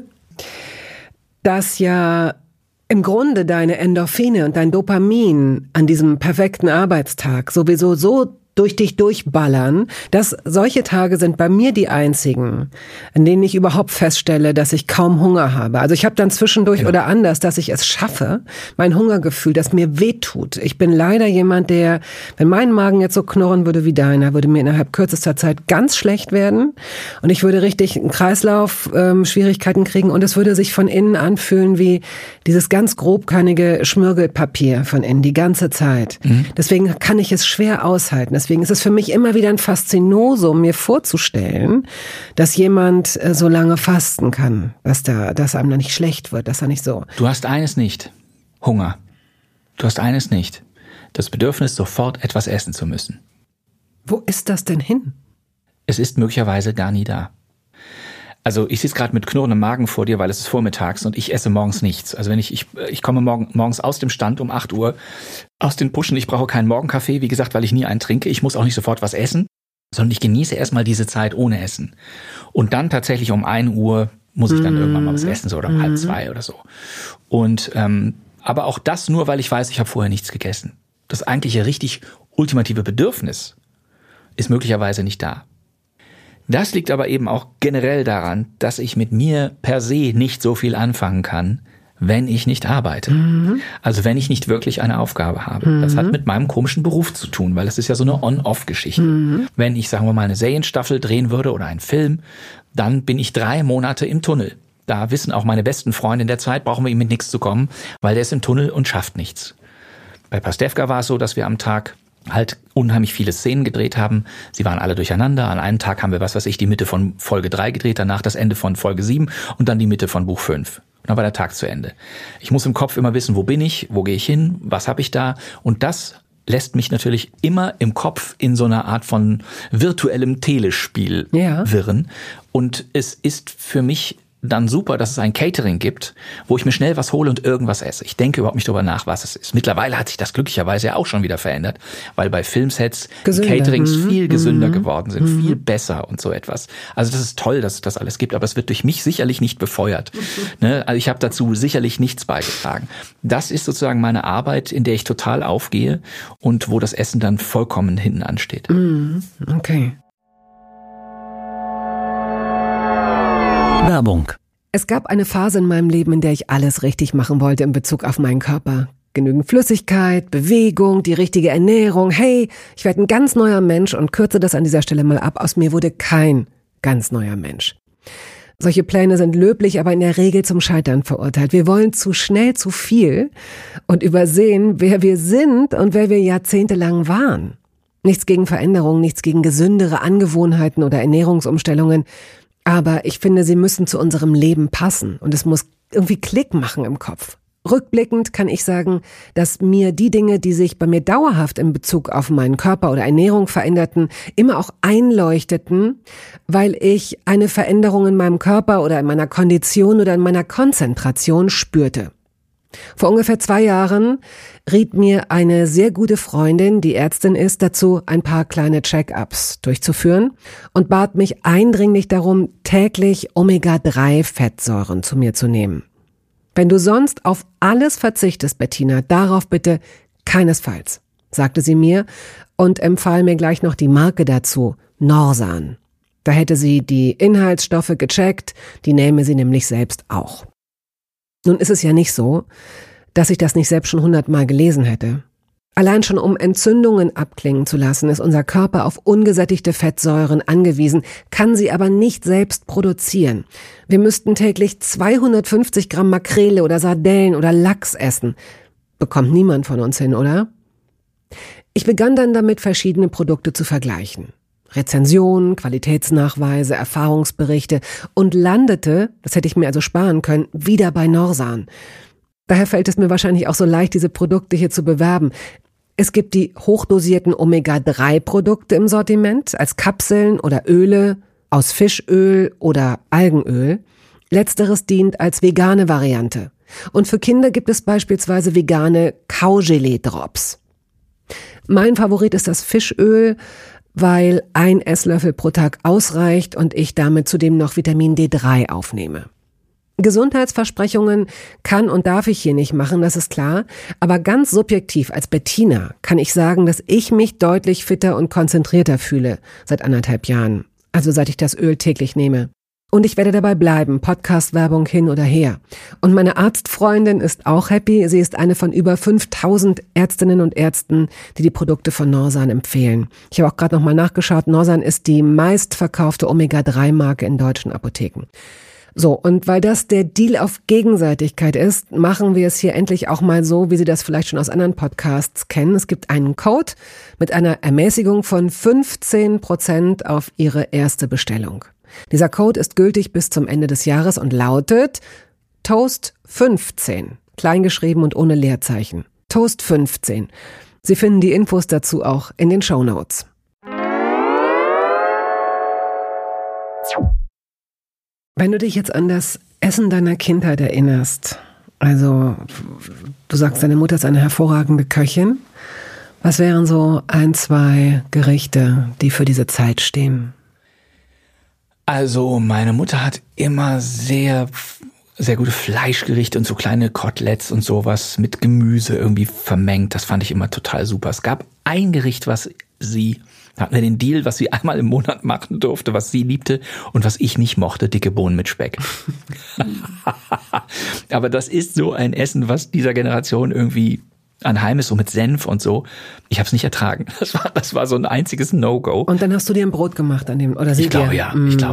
dass ja im Grunde deine Endorphine und dein Dopamin an diesem perfekten Arbeitstag sowieso so durch dich durchballern, dass solche Tage sind bei mir die einzigen, an denen ich überhaupt feststelle, dass ich kaum Hunger habe. Also ich habe dann zwischendurch oder anders, dass ich es schaffe, mein Hungergefühl, das mir wehtut. Ich bin leider jemand, der, wenn mein Magen jetzt so knurren würde wie deiner, würde mir innerhalb kürzester Zeit ganz schlecht werden und ich würde richtig einen Kreislauf Schwierigkeiten kriegen und es würde sich von innen anfühlen wie dieses ganz grobkörnige Schmirgelpapier von innen die ganze Zeit. Deswegen kann ich es schwer aushalten. Deswegen ist es für mich immer wieder ein Faszinosum, mir vorzustellen, dass jemand so lange fasten kann, dass einem da nicht schlecht wird, dass er nicht so. Du hast eines nicht. Hunger. Du hast eines nicht. Das Bedürfnis, sofort etwas essen zu müssen. Wo ist das denn hin? Es ist möglicherweise gar nie da. Also ich sitze gerade mit knurrendem Magen vor dir, weil es ist vormittags und ich esse morgens nichts. Also wenn ich komme morgens aus dem Stand um 8 Uhr, aus den Puschen, ich brauche keinen Morgenkaffee, wie gesagt, weil ich nie einen trinke. Ich muss auch nicht sofort was essen, sondern ich genieße erstmal diese Zeit ohne Essen. Und dann tatsächlich um 1 Uhr muss ich dann irgendwann mal was essen, so oder um 1:30 oder so. Und aber auch das nur, weil ich weiß, ich habe vorher nichts gegessen. Das eigentliche richtig ultimative Bedürfnis ist möglicherweise nicht da. Das liegt aber eben auch generell daran, dass ich mit mir per se nicht so viel anfangen kann, wenn ich nicht arbeite. Also wenn ich nicht wirklich eine Aufgabe habe. Das hat mit meinem komischen Beruf zu tun, weil es ist ja so eine On-Off-Geschichte. Wenn ich, sagen wir mal, eine Serienstaffel drehen würde oder einen Film, dann bin ich 3 Monate im Tunnel. Da wissen auch meine besten Freunde in der Zeit, brauchen wir ihm mit nichts zu kommen, weil der ist im Tunnel und schafft nichts. Bei Pastewka war es so, dass wir am Tag halt unheimlich viele Szenen gedreht haben. Sie waren alle durcheinander. An einem Tag haben wir, die Mitte von Folge 3 gedreht, danach das Ende von Folge 7 und dann die Mitte von Buch 5. Und dann war der Tag zu Ende. Ich muss im Kopf immer wissen, wo bin ich, wo gehe ich hin, was habe ich da? Und das lässt mich natürlich immer im Kopf in so einer Art von virtuellem Telespiel wirren. Und es ist für mich dann super, dass es ein Catering gibt, wo ich mir schnell was hole und irgendwas esse. Ich denke überhaupt nicht darüber nach, was es ist. Mittlerweile hat sich das glücklicherweise ja auch schon wieder verändert, weil bei Filmsets die Caterings viel gesünder geworden sind, viel besser und so etwas. Also das ist toll, dass es das alles gibt, aber es wird durch mich sicherlich nicht befeuert. Ne? Also ich habe dazu sicherlich nichts beigetragen. Das ist sozusagen meine Arbeit, in der ich total aufgehe und wo das Essen dann vollkommen hinten ansteht. Okay. Werbung. Es gab eine Phase in meinem Leben, in der ich alles richtig machen wollte in Bezug auf meinen Körper. Genügend Flüssigkeit, Bewegung, die richtige Ernährung. Hey, ich werde ein ganz neuer Mensch und kürze das an dieser Stelle mal ab. Aus mir wurde kein ganz neuer Mensch. Solche Pläne sind löblich, aber in der Regel zum Scheitern verurteilt. Wir wollen zu schnell zu viel und übersehen, wer wir sind und wer wir jahrzehntelang waren. Nichts gegen Veränderungen, nichts gegen gesündere Angewohnheiten oder Ernährungsumstellungen. Aber ich finde, sie müssen zu unserem Leben passen und es muss irgendwie Klick machen im Kopf. Rückblickend kann ich sagen, dass mir die Dinge, die sich bei mir dauerhaft in Bezug auf meinen Körper oder Ernährung veränderten, immer auch einleuchteten, weil ich eine Veränderung in meinem Körper oder in meiner Kondition oder in meiner Konzentration spürte. Vor ungefähr 2 Jahren riet mir eine sehr gute Freundin, die Ärztin ist, dazu, ein paar kleine Check-ups durchzuführen und bat mich eindringlich darum, täglich Omega-3-Fettsäuren zu mir zu nehmen. Wenn du sonst auf alles verzichtest, Bettina, darauf bitte keinesfalls, sagte sie mir und empfahl mir gleich noch die Marke dazu, Norsan. Da hätte sie die Inhaltsstoffe gecheckt, die nähme sie nämlich selbst auch. Nun ist es ja nicht so, dass ich das nicht selbst schon 100-mal gelesen hätte. Allein schon um Entzündungen abklingen zu lassen, ist unser Körper auf ungesättigte Fettsäuren angewiesen, kann sie aber nicht selbst produzieren. Wir müssten täglich 250 Gramm Makrele oder Sardellen oder Lachs essen. Bekommt niemand von uns hin, oder? Ich begann dann damit, verschiedene Produkte zu vergleichen. Rezensionen, Qualitätsnachweise, Erfahrungsberichte und landete, das hätte ich mir also sparen können, wieder bei Norsan. Daher fällt es mir wahrscheinlich auch so leicht, diese Produkte hier zu bewerben. Es gibt die hochdosierten Omega-3-Produkte im Sortiment als Kapseln oder Öle aus Fischöl oder Algenöl. Letzteres dient als vegane Variante. Und für Kinder gibt es beispielsweise vegane Kaugelee-Drops. Mein Favorit ist das Fischöl, weil 1 Esslöffel pro Tag ausreicht und ich damit zudem noch Vitamin D3 aufnehme. Gesundheitsversprechungen kann und darf ich hier nicht machen, das ist klar. Aber ganz subjektiv als Bettina kann ich sagen, dass ich mich deutlich fitter und konzentrierter fühle seit 1,5 Jahren. Also seit ich das Öl täglich nehme. Und ich werde dabei bleiben, Podcast-Werbung hin oder her. Und meine Arztfreundin ist auch happy. Sie ist eine von über 5.000 Ärztinnen und Ärzten, die die Produkte von Norsan empfehlen. Ich habe auch gerade nochmal nachgeschaut. Norsan ist die meistverkaufte Omega-3-Marke in deutschen Apotheken. So, und weil das der Deal auf Gegenseitigkeit ist, machen wir es hier endlich auch mal so, wie Sie das vielleicht schon aus anderen Podcasts kennen. Es gibt einen Code mit einer Ermäßigung von 15% auf Ihre erste Bestellung. Dieser Code ist gültig bis zum Ende des Jahres und lautet TOAST15, kleingeschrieben und ohne Leerzeichen. TOAST15. Sie finden die Infos dazu auch in den Shownotes. Wenn du dich jetzt an das Essen deiner Kindheit erinnerst, also du sagst, deine Mutter ist eine hervorragende Köchin, was wären so 1, 2 Gerichte, die für diese Zeit stehen? Also meine Mutter hat immer sehr, sehr gute Fleischgerichte und so kleine Koteletts und sowas mit Gemüse irgendwie vermengt. Das fand ich immer total super. Es gab ein Gericht, da hatten wir den Deal, was sie einmal im Monat machen durfte, was sie liebte und was ich nicht mochte, dicke Bohnen mit Speck. Aber das ist so ein Essen, was dieser Generation irgendwie anheim ist, so mit Senf und so. Ich habe es nicht ertragen. Das war so ein einziges No-Go. Und dann hast du dir ein Brot gemacht an dem, oder sie Ich glaube ja.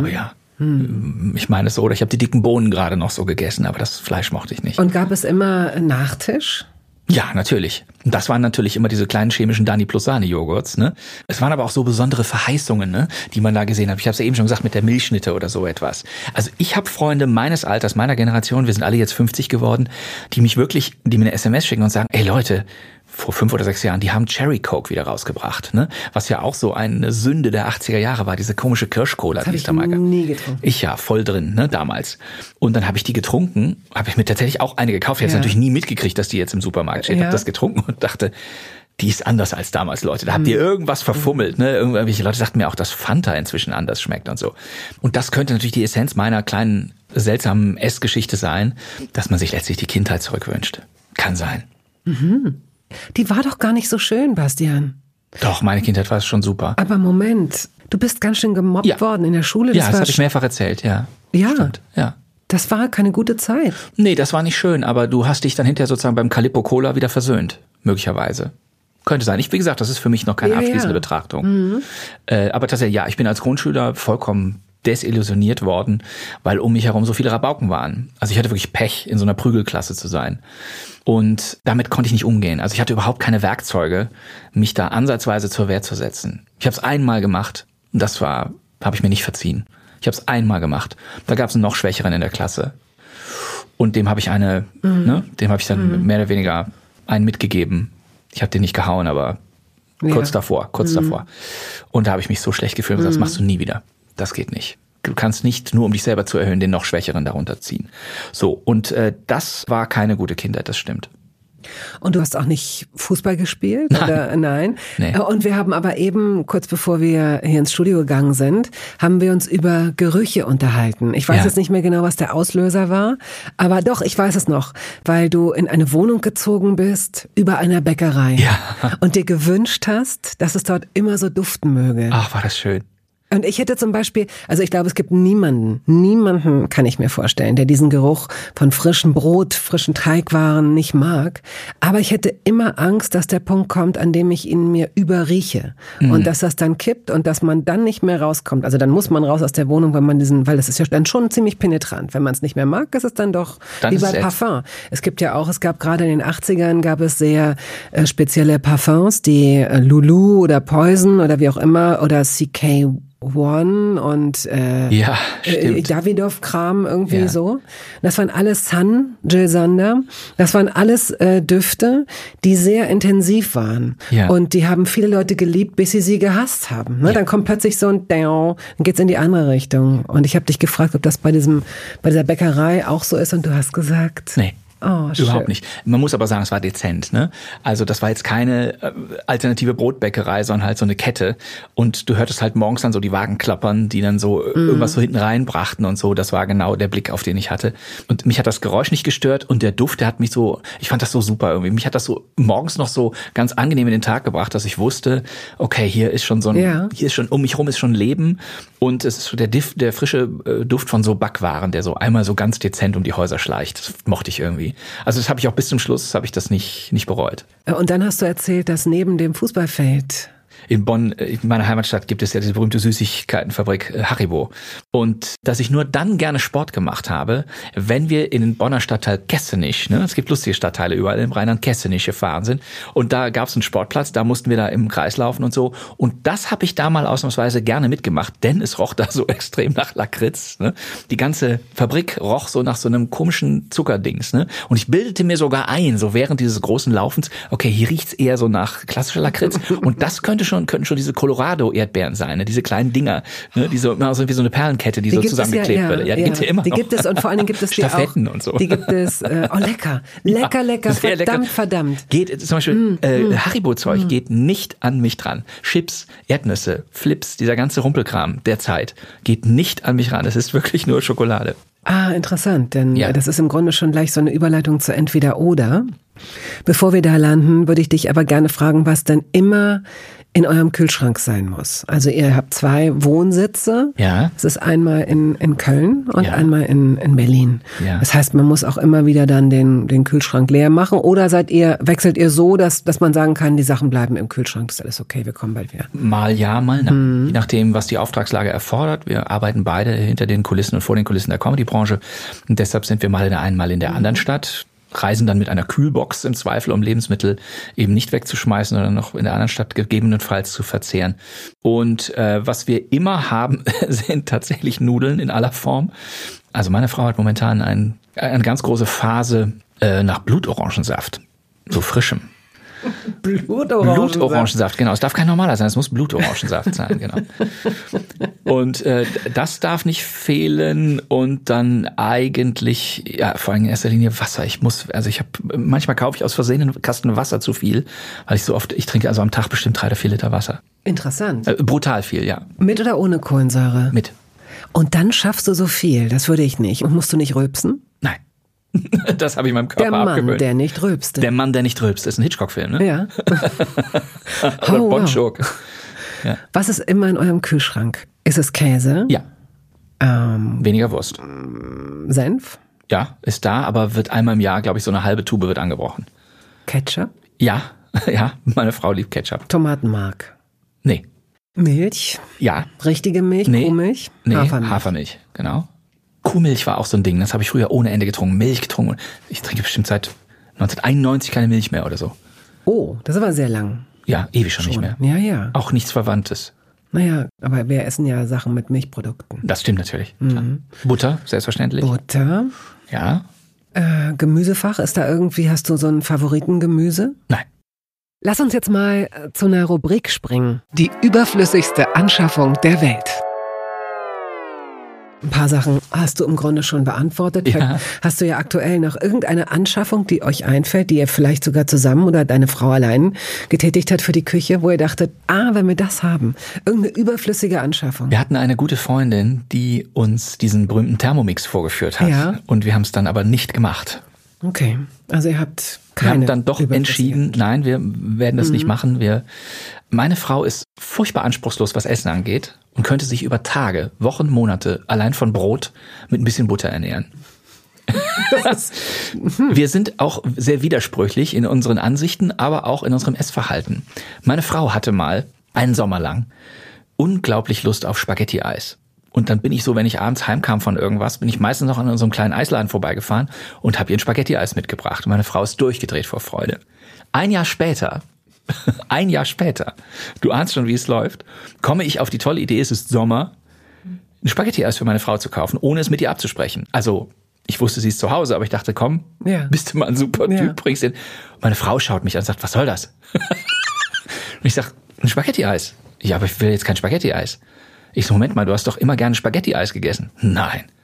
Ich meine es so, oder ich habe die dicken Bohnen gerade noch so gegessen, aber das Fleisch mochte ich nicht. Und gab es immer Nachtisch? Ja, natürlich. Und das waren natürlich immer diese kleinen chemischen Dani plus Sahne Joghurts, ne? Es waren aber auch so besondere Verheißungen, ne, die man da gesehen hat. Ich habe es ja eben schon gesagt mit der Milchschnitte oder so etwas. Also ich habe Freunde meines Alters, meiner Generation, wir sind alle jetzt 50 geworden, die mir eine SMS schicken und sagen, ey Leute, vor 5 oder 6 Jahren, die haben Cherry Coke wieder rausgebracht, ne? Was ja auch so eine Sünde der 80er Jahre war, diese komische Kirschcola, die es da mal gab. Nie getrunken. Ich ja, voll drin, ne, damals. Und dann habe ich die getrunken, habe ich mir tatsächlich auch eine gekauft. Ich habe natürlich nie mitgekriegt, dass die jetzt im Supermarkt steht. Ja. Habe das getrunken und dachte, die ist anders als damals, Leute. Da habt ihr irgendwas verfummelt, ne? Irgendwelche Leute sagten mir auch, dass Fanta inzwischen anders schmeckt und so. Und das könnte natürlich die Essenz meiner kleinen, seltsamen Essgeschichte sein, dass man sich letztlich die Kindheit zurückwünscht. Kann sein. Mhm. Die war doch gar nicht so schön, Bastian. Doch, meine Kindheit war schon super. Aber Moment, du bist ganz schön gemobbt worden in der Schule. Das habe ich mehrfach erzählt, ja. Ja, stimmt, ja. Das war keine gute Zeit. Nee, das war nicht schön, aber du hast dich dann hinterher sozusagen beim Calippo Cola wieder versöhnt, möglicherweise. Könnte sein. Wie gesagt, das ist für mich noch keine abschließende Betrachtung. Mhm. Aber tatsächlich, ja, ich bin als Grundschüler vollkommen desillusioniert worden, weil um mich herum so viele Rabauken waren. Also ich hatte wirklich Pech, in so einer Prügelklasse zu sein. Und damit konnte ich nicht umgehen. Also ich hatte überhaupt keine Werkzeuge, mich da ansatzweise zur Wehr zu setzen. Ich habe es einmal gemacht und habe ich mir nicht verziehen. Ich habe es einmal gemacht. Da gab es einen noch Schwächeren in der Klasse. Und dem habe ich dem habe ich dann mehr oder weniger einen mitgegeben. Ich habe den nicht gehauen, aber kurz davor. Und da habe ich mich so schlecht gefühlt und gesagt, das machst du nie wieder. Das geht nicht. Du kannst nicht, nur um dich selber zu erhöhen, den noch Schwächeren darunter ziehen. So, und das war keine gute Kindheit, das stimmt. Und du hast auch nicht Fußball gespielt? Nein. Oder? Nein. Nee. Und wir haben aber eben, kurz bevor wir hier ins Studio gegangen sind, haben wir uns über Gerüche unterhalten. Ich weiß jetzt nicht mehr genau, was der Auslöser war, aber doch, ich weiß es noch, weil du in eine Wohnung gezogen bist, über einer Bäckerei. Ja. Und dir gewünscht hast, dass es dort immer so duften möge. Ach, war das schön. Und ich hätte zum Beispiel, also ich glaube, es gibt niemanden kann ich mir vorstellen, der diesen Geruch von frischem Brot, frischen Teigwaren nicht mag. Aber ich hätte immer Angst, dass der Punkt kommt, an dem ich ihn mir überrieche. Und dass das dann kippt und dass man dann nicht mehr rauskommt. Also dann muss man raus aus der Wohnung, weil das ist ja dann schon ziemlich penetrant. Wenn man es nicht mehr mag, ist es dann doch wie bei Parfum. Es gab gerade in den 80ern gab es sehr spezielle Parfums, die Lulu oder Poison oder wie auch immer oder CK One und Davidoff-Kram irgendwie so. Das waren alles Sun, Jill Sander. Das waren alles Düfte, die sehr intensiv waren. Ja. Und die haben viele Leute geliebt, bis sie gehasst haben. Ne? Ja. Dann kommt plötzlich so ein dann geht's in die andere Richtung. Und ich habe dich gefragt, ob das bei dieser Bäckerei auch so ist und du hast gesagt... Nee. Oh, schön. Überhaupt nicht. Man muss aber sagen, es war dezent, ne? Also das war jetzt keine alternative Brotbäckerei, sondern halt so eine Kette. Und du hörtest halt morgens dann so die Wagen klappern, die dann so irgendwas so hinten reinbrachten und so. Das war genau der Blick, auf den ich hatte. Und mich hat das Geräusch nicht gestört und der Duft, der hat mich so, ich fand das so super irgendwie. Mich hat das so morgens noch so ganz angenehm in den Tag gebracht, dass ich wusste, okay, hier ist schon so ein, hier ist schon, um mich rum ist schon Leben. Und es ist so der frische Duft von so Backwaren, der so einmal so ganz dezent um die Häuser schleicht. Das mochte ich irgendwie. Also das habe ich auch bis zum Schluss, habe ich das nicht bereut. Und dann hast du erzählt, dass neben dem Fußballfeld in Bonn, in meiner Heimatstadt, gibt es ja diese berühmte Süßigkeitenfabrik Haribo. Und dass ich nur dann gerne Sport gemacht habe, wenn wir in den Bonner Stadtteil Kessenich, ne, es gibt lustige Stadtteile überall im Rheinland, Kessenich gefahren sind. Und da gab es einen Sportplatz, da mussten wir da im Kreis laufen und so. Und das habe ich da mal ausnahmsweise gerne mitgemacht, denn es roch da so extrem nach Lakritz. Ne? Die ganze Fabrik roch so nach so einem komischen Zuckerdings. Ne? Und ich bildete mir sogar ein, so während dieses großen Laufens, okay, hier riecht's eher so nach klassischer Lakritz. Und das könnten schon diese Colorado-Erdbeeren sein, ne? Diese kleinen Dinger, ne? Die so immer so wie so eine Perlenkette, die so zusammengeklebt wird. Ja, die gibt's ja immer noch. Die gibt es und vor allen Dingen gibt es Stafetten die auch. Und so. Die gibt es, lecker, sehr lecker. verdammt. Geht zum Beispiel Haribo-Zeug geht nicht an mich dran. Chips, Erdnüsse, Flips, dieser ganze Rumpelkram der Zeit geht nicht an mich ran. Das ist wirklich nur Schokolade. Ah, interessant, denn das ist im Grunde schon gleich so eine Überleitung zu Entweder-Oder. Bevor wir da landen, würde ich dich aber gerne fragen, was denn immer in eurem Kühlschrank sein muss. Also ihr habt 2 Wohnsitze. Ja. Es ist einmal in Köln und einmal in Berlin. Ja. Das heißt, man muss auch immer wieder dann den Kühlschrank leer machen. Oder wechselt ihr so, dass man sagen kann, die Sachen bleiben im Kühlschrank, das ist alles okay, wir kommen bald wieder. Mal ja, mal nein. Je nachdem, was die Auftragslage erfordert. Wir arbeiten beide hinter den Kulissen und vor den Kulissen der Comedy-Branche. Und deshalb sind wir mal in der einen, mal in der anderen Stadt. Reisen dann mit einer Kühlbox im Zweifel, um Lebensmittel eben nicht wegzuschmeißen, sondern noch in der anderen Stadt gegebenenfalls zu verzehren. Und was wir immer haben, sind tatsächlich Nudeln in aller Form. Also meine Frau hat momentan eine ganz große Phase nach Blutorangensaft, so frischem. Blutorangensaft, genau. Es darf kein normaler sein, es muss Blutorangensaft sein, genau. Und das darf nicht fehlen und dann eigentlich, ja, vor allem in erster Linie Wasser. Manchmal kaufe ich aus Versehen einen Kasten Wasser zu viel, weil ich trinke also am Tag bestimmt 3 oder 4 Liter Wasser. Interessant. Brutal viel, ja. Mit oder ohne Kohlensäure? Mit. Und dann schaffst du so viel, das würde ich nicht. Und musst du nicht rülpsen? Nein. Das habe ich meinem Körper abgewöhnt. Der Mann, der nicht rülpste. Der Mann, der nicht rülpst, ist ein Hitchcock-Film, ne? Ja. Oder Bonjour. Ja. Was ist immer in eurem Kühlschrank? Ist es Käse? Ja. Weniger Wurst. Senf? Ja, ist da, aber wird einmal im Jahr, glaube ich, so eine halbe Tube wird angebrochen. Ketchup? Ja, meine Frau liebt Ketchup. Tomatenmark? Nee. Milch? Ja. Richtige Milch? Nee. Kuhmilch? Nee, Hafermilch, genau. Kuhmilch war auch so ein Ding, das habe ich früher ohne Ende getrunken. Milch getrunken. Ich trinke bestimmt seit 1991 keine Milch mehr oder so. Oh, das war sehr lang. Ja, ewig schon nicht mehr. Ja, ja. Auch nichts Verwandtes. Naja, aber wir essen ja Sachen mit Milchprodukten. Das stimmt natürlich. Butter, selbstverständlich. Butter? Ja. Gemüsefach, hast du so einen Favoritengemüse? Nein. Lass uns jetzt mal zu einer Rubrik springen. Die überflüssigste Anschaffung der Welt. Ein paar Sachen hast du im Grunde schon beantwortet. Ja. Hast du ja aktuell noch irgendeine Anschaffung, die euch einfällt, die ihr vielleicht sogar zusammen oder deine Frau allein getätigt hat für die Küche, wo ihr dachtet, wenn wir das haben, irgendeine überflüssige Anschaffung. Wir hatten eine gute Freundin, die uns diesen berühmten Thermomix vorgeführt hat. Ja. Und wir haben es dann aber nicht gemacht. Okay, also ihr habt keine. Wir haben dann doch entschieden, nein, wir werden das nicht machen. Meine Frau ist furchtbar anspruchslos, was Essen angeht und könnte sich über Tage, Wochen, Monate allein von Brot mit ein bisschen Butter ernähren. Wir sind auch sehr widersprüchlich in unseren Ansichten, aber auch in unserem Essverhalten. Meine Frau hatte mal einen Sommer lang unglaublich Lust auf Spaghetti-Eis. Und dann bin ich so, wenn ich abends heimkam von irgendwas, bin ich meistens noch an unserem kleinen Eisladen vorbeigefahren und habe ihr ein Spaghetti-Eis mitgebracht. Und meine Frau ist durchgedreht vor Freude. Ein Jahr später, du ahnst schon, wie es läuft, komme ich auf die tolle Idee, es ist Sommer, ein Spaghetti-Eis für meine Frau zu kaufen, ohne es mit ihr abzusprechen. Also, ich wusste, sie ist zu Hause, aber ich dachte, komm, bist du mal ein super Typ, bringst den. Meine Frau schaut mich an und sagt, was soll das? Und ich sag, ein Spaghetti-Eis. Ja, aber ich will jetzt kein Spaghetti-Eis. Ich so, Moment mal, du hast doch immer gerne Spaghetti-Eis gegessen. Nein.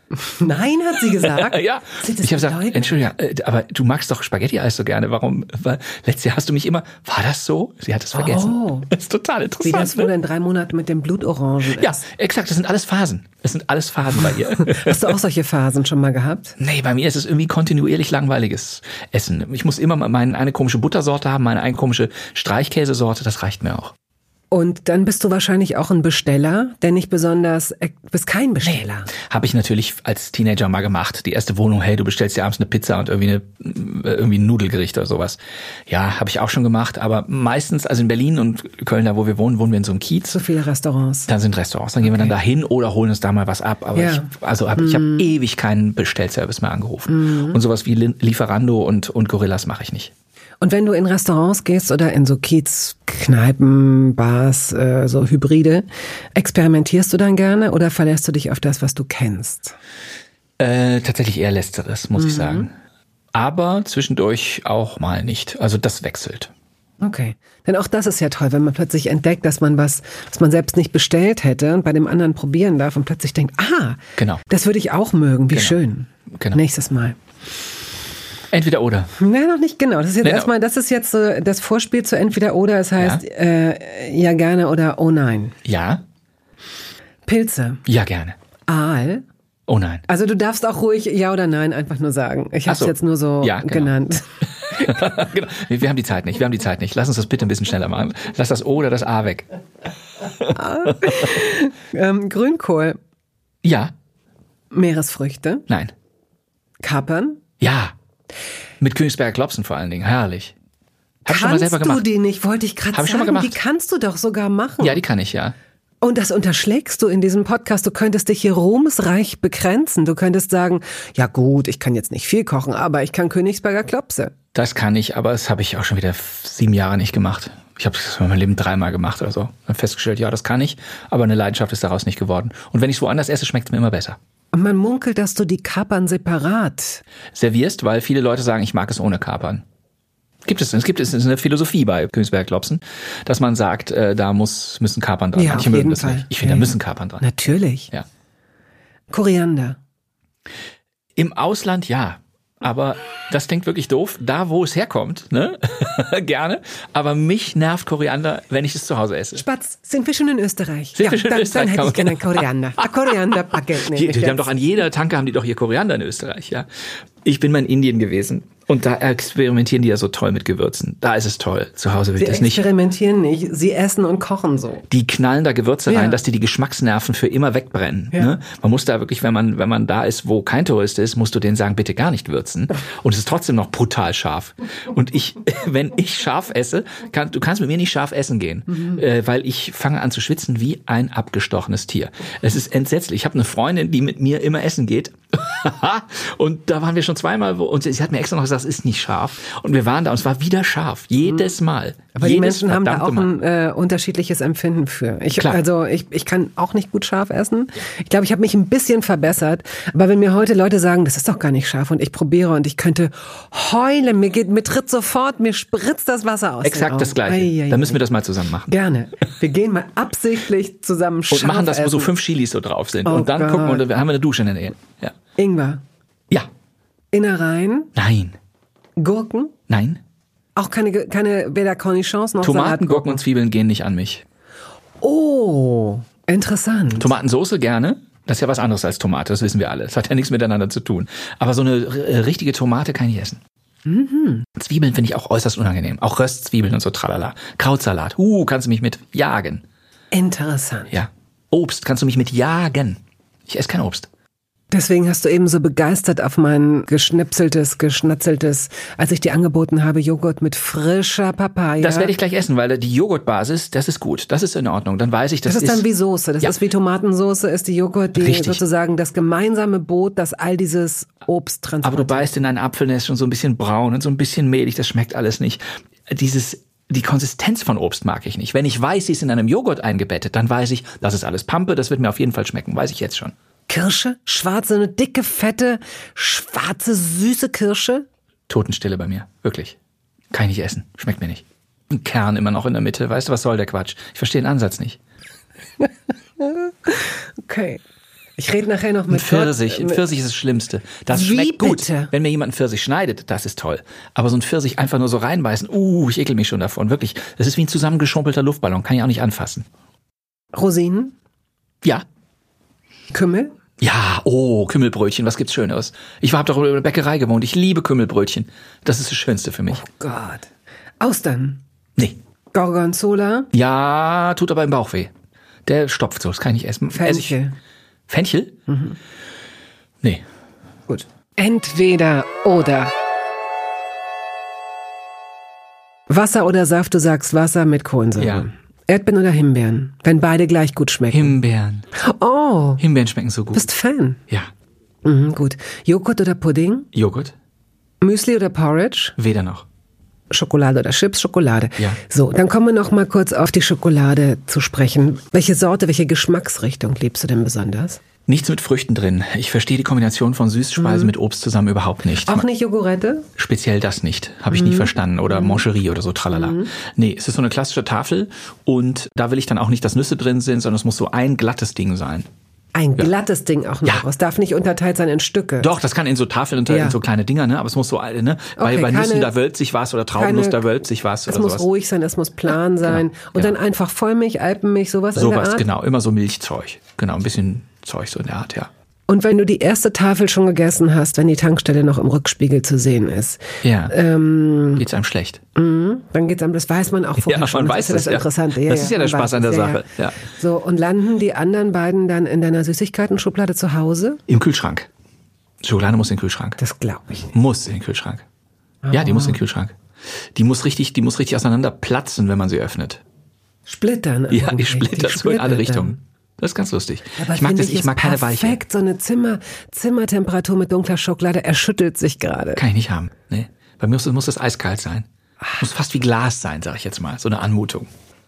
Nein, hat sie gesagt. Ja, ich habe gesagt, Entschuldigung, aber du magst doch Spaghetti-Eis so gerne. Warum? Weil letztes Jahr hast du mich immer, war das so? Sie hat es vergessen. Oh. Das ist total interessant. Wie das wohl in 3 Monaten mit dem Blutorangen ist. Ja, exakt, das sind alles Phasen. Das sind alles Phasen bei ihr. Hast du auch solche Phasen schon mal gehabt? Nee, bei mir ist es irgendwie kontinuierlich langweiliges Essen. Ich muss immer eine komische Buttersorte haben, eine komische Streichkäsesorte, das reicht mir auch. Und dann bist du wahrscheinlich auch ein Besteller, der nicht besonders, bist kein Besteller. Nee, habe ich natürlich als Teenager mal gemacht. Die erste Wohnung, hey, du bestellst dir abends eine Pizza und irgendwie ein Nudelgericht oder sowas. Ja, habe ich auch schon gemacht, aber meistens, also in Berlin und Köln, da wo wir wohnen wir in so einem Kiez. So viele Restaurants. Dann sind Restaurants, dann gehen wir dann dahin oder holen uns da mal was ab. Aber ich habe ewig keinen Bestellservice mehr angerufen. Und sowas wie Lieferando und Gorillas mache ich nicht. Und wenn du in Restaurants gehst oder in so Kiez, Kneipen, Bars, so Hybride, experimentierst du dann gerne oder verlässt du dich auf das, was du kennst? Tatsächlich eher Letzteres, muss ich sagen. Aber zwischendurch auch mal nicht. Also das wechselt. Okay. Denn auch das ist ja toll, wenn man plötzlich entdeckt, dass man was man selbst nicht bestellt hätte und bei dem anderen probieren darf und plötzlich denkt, genau, das würde ich auch mögen, wie schön. Genau. Nächstes Mal. Entweder oder. Nein, noch nicht genau. Das ist jetzt das ist jetzt so das Vorspiel zu Entweder oder. Es heißt ja gerne oder oh nein. Ja. Pilze. Ja gerne. Aal. Oh nein. Also du darfst auch ruhig ja oder nein einfach nur sagen. Ich habe es jetzt nur so genannt. Genau. Wir haben die Zeit nicht. Lass uns das bitte ein bisschen schneller machen. Lass das O oder das A weg. Grünkohl. Ja. Meeresfrüchte. Nein. Kapern. Ja. Mit Königsberger Klopsen vor allen Dingen. Herrlich. Hab ich schon mal selber gemacht. Kannst du die nicht? Wollte ich gerade sagen. Schon mal gemacht. Die kannst du doch sogar machen. Ja, die kann ich, ja. Und das unterschlägst du in diesem Podcast. Du könntest dich hier ruhmesreich begrenzen. Du könntest sagen, ja gut, ich kann jetzt nicht viel kochen, aber ich kann Königsberger Klopse. Das kann ich, aber das habe ich auch schon wieder 7 Jahre nicht gemacht. Ich habe das in meinem Leben 3-mal gemacht oder so. Dann festgestellt, ja, das kann ich, aber eine Leidenschaft ist daraus nicht geworden. Und wenn ich es woanders esse, schmeckt es mir immer besser. Und man munkelt, dass du die Kapern separat servierst, weil viele Leute sagen, ich mag es ohne Kapern. Es ist eine Philosophie bei Königsberger Klopsen, dass man sagt, da müssen Kapern dran. Ja, manche mögen das nicht. Ich finde, da müssen Kapern dran. Natürlich. Ja. Koriander. Im Ausland ja. Aber das klingt wirklich doof. Da, wo es herkommt, ne? Gerne. Aber mich nervt Koriander, wenn ich es zu Hause esse. Spatz, sind wir schon in Österreich? Dann hätte ich gerne ein Koriander. Ein Koriander-Paket. Die haben doch an jeder Tanke haben die doch hier Koriander in Österreich, ja. Ich bin mal in Indien gewesen. Und da experimentieren die ja so toll mit Gewürzen. Da ist es toll. Zu Hause will ich das nicht. Sie experimentieren nicht, sie essen und kochen so. Die knallen da Gewürze rein, dass die Geschmacksnerven für immer wegbrennen. Ja. Ne? Man muss da wirklich, wenn man da ist, wo kein Tourist ist, musst du denen sagen, bitte gar nicht würzen. Und es ist trotzdem noch brutal scharf. Und wenn ich scharf esse, du kannst mit mir nicht scharf essen gehen, weil ich fange an zu schwitzen wie ein abgestochenes Tier. Es ist entsetzlich. Ich habe eine Freundin, die mit mir immer essen geht. Und da waren wir schon 2-mal und sie hat mir extra noch gesagt, es ist nicht scharf. Und wir waren da und es war wieder scharf. Jedes Mal. Aber die Menschen haben da auch ein unterschiedliches Empfinden für. Ich kann auch nicht gut scharf essen. Ich glaube, ich habe mich ein bisschen verbessert. Aber wenn mir heute Leute sagen, das ist doch gar nicht scharf und ich probiere und ich könnte heulen, mir tritt sofort, mir spritzt das Wasser aus. Exakt das Gleiche. Dann müssen wir das mal zusammen machen. Gerne. Wir gehen mal absichtlich zusammen scharf und machen das, wo essen. so 5 Chilis so drauf sind. Und dann gucken wir, und wir haben eine Dusche in der Nähe. Ja. Ingwer. Ja. Innereien? Nein. Gurken? Nein. Auch keine weder Cornichons noch Tomaten, Gurken und Zwiebeln gehen nicht an mich. Oh, interessant. Tomatensoße gerne. Das ist ja was anderes als Tomate, das wissen wir alle. Das hat ja nichts miteinander zu tun. Aber so eine richtige Tomate kann ich essen. Mhm. Zwiebeln finde ich auch äußerst unangenehm. Auch Röstzwiebeln und so tralala. Krautsalat. Kannst du mich mit jagen. Interessant. Ja. Obst kannst du mich mit jagen. Ich esse kein Obst. Deswegen hast du eben so begeistert auf mein geschnapseltes, als ich dir angeboten habe, Joghurt mit frischer Papaya. Das werde ich gleich essen, weil die Joghurtbasis, das ist gut, das ist in Ordnung. Dann weiß ich, das ist dann wie Soße, das ist wie Tomatensoße, ist die Joghurt, die sozusagen das gemeinsame Boot, das all dieses Obst transportiert. Aber du beißt in ein Apfelnest schon so ein bisschen braun und so ein bisschen mehlig, das schmeckt alles nicht. Die Konsistenz von Obst mag ich nicht. Wenn ich weiß, sie ist in einem Joghurt eingebettet, dann weiß ich, das ist alles Pampe, das wird mir auf jeden Fall schmecken, weiß ich jetzt schon. Kirsche? Schwarze, eine dicke, fette, schwarze, süße Kirsche? Totenstille bei mir, wirklich. Kann ich nicht essen, schmeckt mir nicht. Ein Kern immer noch in der Mitte, weißt du, was soll der Quatsch? Ich verstehe den Ansatz nicht. Okay. Ich rede nachher noch mit Pfirsich. Ein Pfirsich ist das Schlimmste. Das schmeckt gut. Bitte? Wenn mir jemand einen Pfirsich schneidet, das ist toll. Aber so ein Pfirsich einfach nur so reinbeißen, ich ekel mich schon davon. Wirklich. Das ist wie ein zusammengeschrumpelter Luftballon. Kann ich auch nicht anfassen. Rosinen? Ja. Kümmel? Ja, Kümmelbrötchen, was gibt's Schöneres? Ich habe doch in der Bäckerei gewohnt. Ich liebe Kümmelbrötchen. Das ist das Schönste für mich. Oh Gott. Austern? Nee. Gorgonzola? Ja, tut aber im Bauch weh. Der stopft so, das kann ich nicht essen. Fenchel? Fenchel? Mhm. Nee. Gut. Entweder oder. Wasser oder Saft, du sagst Wasser mit Kohlensäure. Ja. Erdbeeren oder Himbeeren, wenn beide gleich gut schmecken. Himbeeren. Oh. Himbeeren schmecken so gut. Bist Fan? Ja. Gut. Joghurt oder Pudding? Joghurt? Müsli oder Porridge? Weder noch. Schokolade oder Chips? Schokolade. Ja. So, dann kommen wir noch mal kurz auf die Schokolade zu sprechen. Welche Sorte, welche Geschmacksrichtung liebst du denn besonders? Nichts mit Früchten drin. Ich verstehe die Kombination von Süßspeisen mit Obst zusammen überhaupt nicht. Auch nicht Yogurette? Speziell das nicht. Habe ich nie verstanden. Oder Mancherie oder so, tralala. Nee, es ist so eine klassische Tafel und da will ich dann auch nicht, dass Nüsse drin sind, sondern es muss so ein glattes Ding sein. Ein glattes Ding auch noch. Ja. Es darf nicht unterteilt sein in Stücke. Doch, das kann in so Tafeln, in so kleine Dinger, ne? Aber es muss so, ne? Bei Nüssen, da wölbt sich was oder Traubennuss, da wölbt sich was. Es oder muss sowas. ruhig sein, es muss plan sein. Und dann einfach Vollmilch, Alpenmilch, sowas in der Art. Genau. Immer so Milchzeug. Genau, ein bisschen Zeug so in der Art, ja. Und wenn du die erste Tafel schon gegessen hast, wenn die Tankstelle noch im Rückspiegel zu sehen ist. Ja. Geht's einem schlecht. Dann geht's einem, das weiß man auch vorher schon. Man weiß das ist ja das Interessante. Das ist ja der Spaß an der Sache. Ja. So, und landen die anderen beiden dann in deiner Süßigkeiten-Schublade zu Hause? Im Kühlschrank. Schokolade muss in den Kühlschrank. Das glaube ich. Muss in den Kühlschrank. Ja, die muss in den Kühlschrank. Die muss richtig auseinander platzen, wenn man sie öffnet. Splittern. Ja, die splittert so in alle Richtungen. Das ist ganz lustig. Aber ich mag keine Weiche. Perfekt, so eine Zimmertemperatur mit dunkler Schokolade erschüttelt sich gerade. Kann ich nicht haben. Nee. Bei mir muss das eiskalt sein. Muss fast wie Glas sein, sag ich jetzt mal. So eine Anmutung.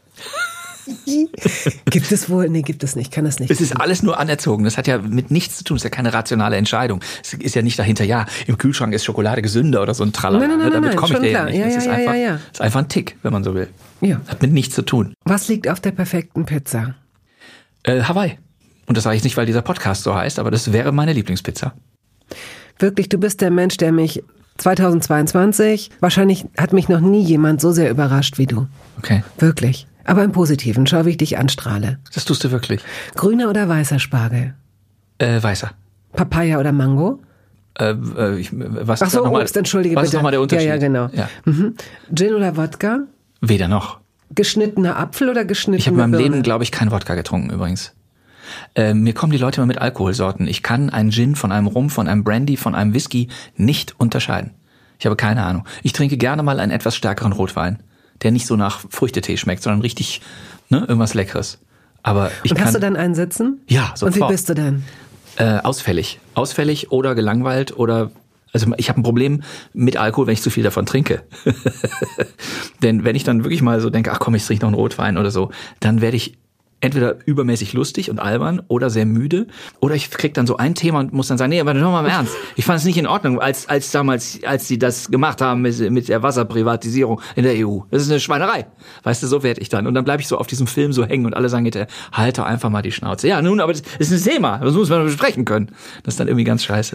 Gibt es wohl? Nee, gibt es nicht. Kann es nicht. Es ist alles nur anerzogen. Das hat ja mit nichts zu tun. Das ist ja keine rationale Entscheidung. Es ist ja nicht dahinter, ja, im Kühlschrank ist Schokolade gesünder oder so ein Tralala. Nein, damit komme ich da nicht. Ja, es ist einfach ein Tick, wenn man so will. Ja. Hat mit nichts zu tun. Was liegt auf der perfekten Pizza? Hawaii. Und das sage ich nicht, weil dieser Podcast so heißt, aber das wäre meine Lieblingspizza. Wirklich, du bist der Mensch, der mich 2022, wahrscheinlich hat mich noch nie jemand so sehr überrascht wie du. Okay. Wirklich. Aber im Positiven. Schau, wie ich dich anstrahle. Das tust du wirklich. Grüner oder weißer Spargel? Weißer. Papaya oder Mango? Was Ach so, noch mal, Obst, entschuldige was bitte. ist nochmal der Unterschied? Ja, genau. Ja. Gin oder Wodka? Weder noch. Geschnittener Apfel oder geschnittene Ich habe in meinem Birne? Leben, glaube ich, kein Wodka getrunken übrigens. Mir kommen die Leute immer mit Alkoholsorten. Ich kann einen Gin von einem Rum, von einem Brandy, von einem Whisky nicht unterscheiden. Ich habe keine Ahnung. Ich trinke gerne mal einen etwas stärkeren Rotwein, der nicht so nach Früchtetee schmeckt, sondern richtig, irgendwas Leckeres. Aber hast du dann einen sitzen? Ja, sofort. Und wie bist du denn? Ausfällig. Ausfällig oder gelangweilt oder... Also ich habe ein Problem mit Alkohol, wenn ich zu viel davon trinke. Denn wenn ich dann wirklich mal so denke, ach komm, ich trinke noch einen Rotwein oder so, dann werde ich entweder übermäßig lustig und albern oder sehr müde. Oder ich krieg dann so ein Thema und muss dann sagen, nee, aber noch mal im Ernst. Ich fand es nicht in Ordnung, als damals, als sie das gemacht haben mit der Wasserprivatisierung in der EU. Das ist eine Schweinerei. Weißt du, so werde ich dann. Und dann bleibe ich so auf diesem Film so hängen und alle sagen, halt doch einfach mal die Schnauze. Ja, nun, aber das ist ein Thema. Das muss man besprechen können. Das ist dann irgendwie ganz scheiße.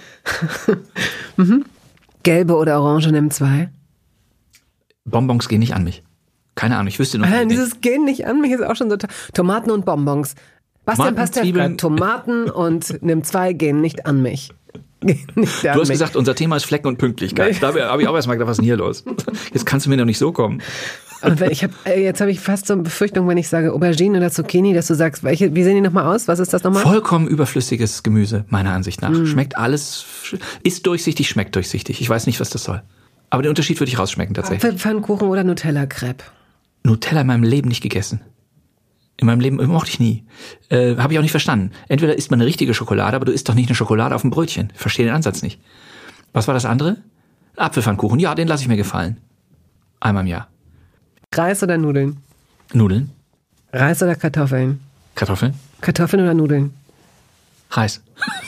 Gelbe oder Orange nimm 2? Bonbons gehen nicht an mich. Keine Ahnung, ich wüsste noch nicht. Dieses gehen nicht an mich ist auch schon so. Tomaten und Bonbons. Bastian Pastewka, Tomaten und nimm 2 gehen nicht an mich. Du hast gesagt, unser Thema ist Flecken und Pünktlichkeit. Da habe ich auch erstmal gedacht, was ist denn hier los? Jetzt kannst du mir doch nicht so kommen. Und jetzt habe ich fast so eine Befürchtung, wenn ich sage Aubergine oder Zucchini, dass du sagst, wie sehen die nochmal aus? Was ist das nochmal? Vollkommen überflüssiges Gemüse, meiner Ansicht nach. Schmeckt alles, ist durchsichtig, schmeckt durchsichtig. Ich weiß nicht, was das soll. Aber den Unterschied würde ich rausschmecken tatsächlich. Apfelpfannkuchen oder Nutella-Crepe? Nutella in meinem Leben nicht gegessen. In meinem Leben mochte ich nie. Habe ich auch nicht verstanden. Entweder isst man eine richtige Schokolade, aber du isst doch nicht eine Schokolade auf dem Brötchen. Verstehe den Ansatz nicht. Was war das andere? Apfelpfannkuchen. Ja, den lasse ich mir gefallen. Einmal im Jahr. Reis oder Nudeln? Nudeln. Reis oder Kartoffeln? Kartoffeln. Kartoffeln oder Nudeln? Reis.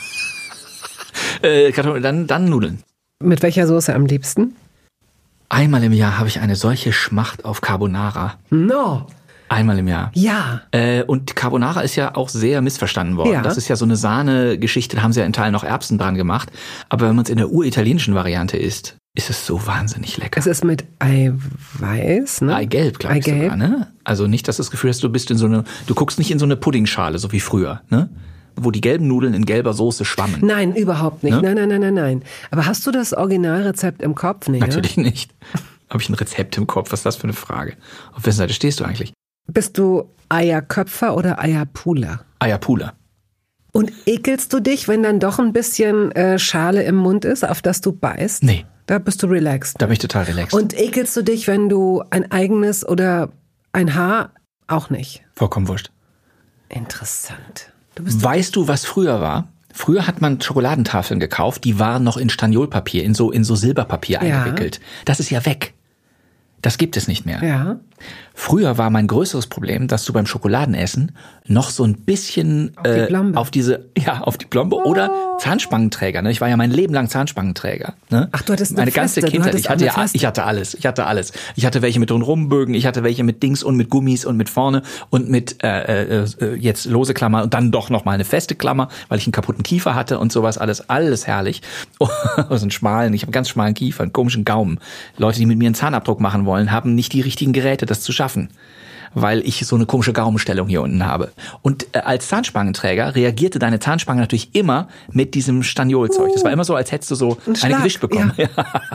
Kartoffeln, dann Nudeln. Mit welcher Soße am liebsten? Einmal im Jahr habe ich eine solche Schmacht auf Carbonara. No! Einmal im Jahr. Ja. Und Carbonara ist ja auch sehr missverstanden worden. Ja. Das ist ja so eine Sahne-Geschichte, da haben sie ja in Teilen noch Erbsen dran gemacht. Aber wenn man es in der uritalienischen Variante isst, ist es so wahnsinnig lecker. Es ist mit Eiweiß, ne? Eigelb, glaube ich sogar, ne? Also nicht, dass du das Gefühl hast, du guckst nicht in so eine Puddingschale, so wie früher, ne? Wo die gelben Nudeln in gelber Soße schwammen. Nein, überhaupt nicht. Ne? Nein. Aber hast du das Originalrezept im Kopf? Nee, Natürlich nicht. Habe ich ein Rezept im Kopf? Was ist das für eine Frage? Auf welcher Seite stehst du eigentlich? Bist du Eierköpfer oder Eierpuler? Eierpuler. Und ekelst du dich, wenn dann doch ein bisschen Schale im Mund ist, auf das du beißt? Nee. Da bist du relaxed. Da bin ich total relaxed. Und ekelst du dich, wenn du ein eigenes oder ein Haar auch nicht? Vollkommen wurscht. Interessant. Weißt du, was früher war? Früher hat man Schokoladentafeln gekauft, die waren noch in Staniolpapier, in so Silberpapier eingewickelt. Das ist ja weg. Das gibt es nicht mehr. Ja. Früher war mein größeres Problem, dass du beim Schokoladenessen noch so ein bisschen auf die Plombe oder Zahnspangenträger. Ne? Ich war ja mein Leben lang Zahnspangenträger. Ne? Ach, du hattest meine ganze Kindheit. Ich hatte alles. Ich hatte welche mit Rumbögen, ich hatte welche mit Dings und mit Gummis und mit vorne und mit jetzt lose Klammer und dann doch noch mal eine feste Klammer, weil ich einen kaputten Kiefer hatte und sowas alles herrlich. Also ich habe einen ganz schmalen Kiefer, einen komischen Gaumen. Leute, die mit mir einen Zahnabdruck machen wollen, haben nicht die richtigen Geräte, das zu schaffen, weil ich so eine komische Gaumenstellung hier unten habe. Und als Zahnspangenträger reagierte deine Zahnspange natürlich immer mit diesem Staniolzeug. Das war immer so, als hättest du so eine gewischt bekommen. Ja.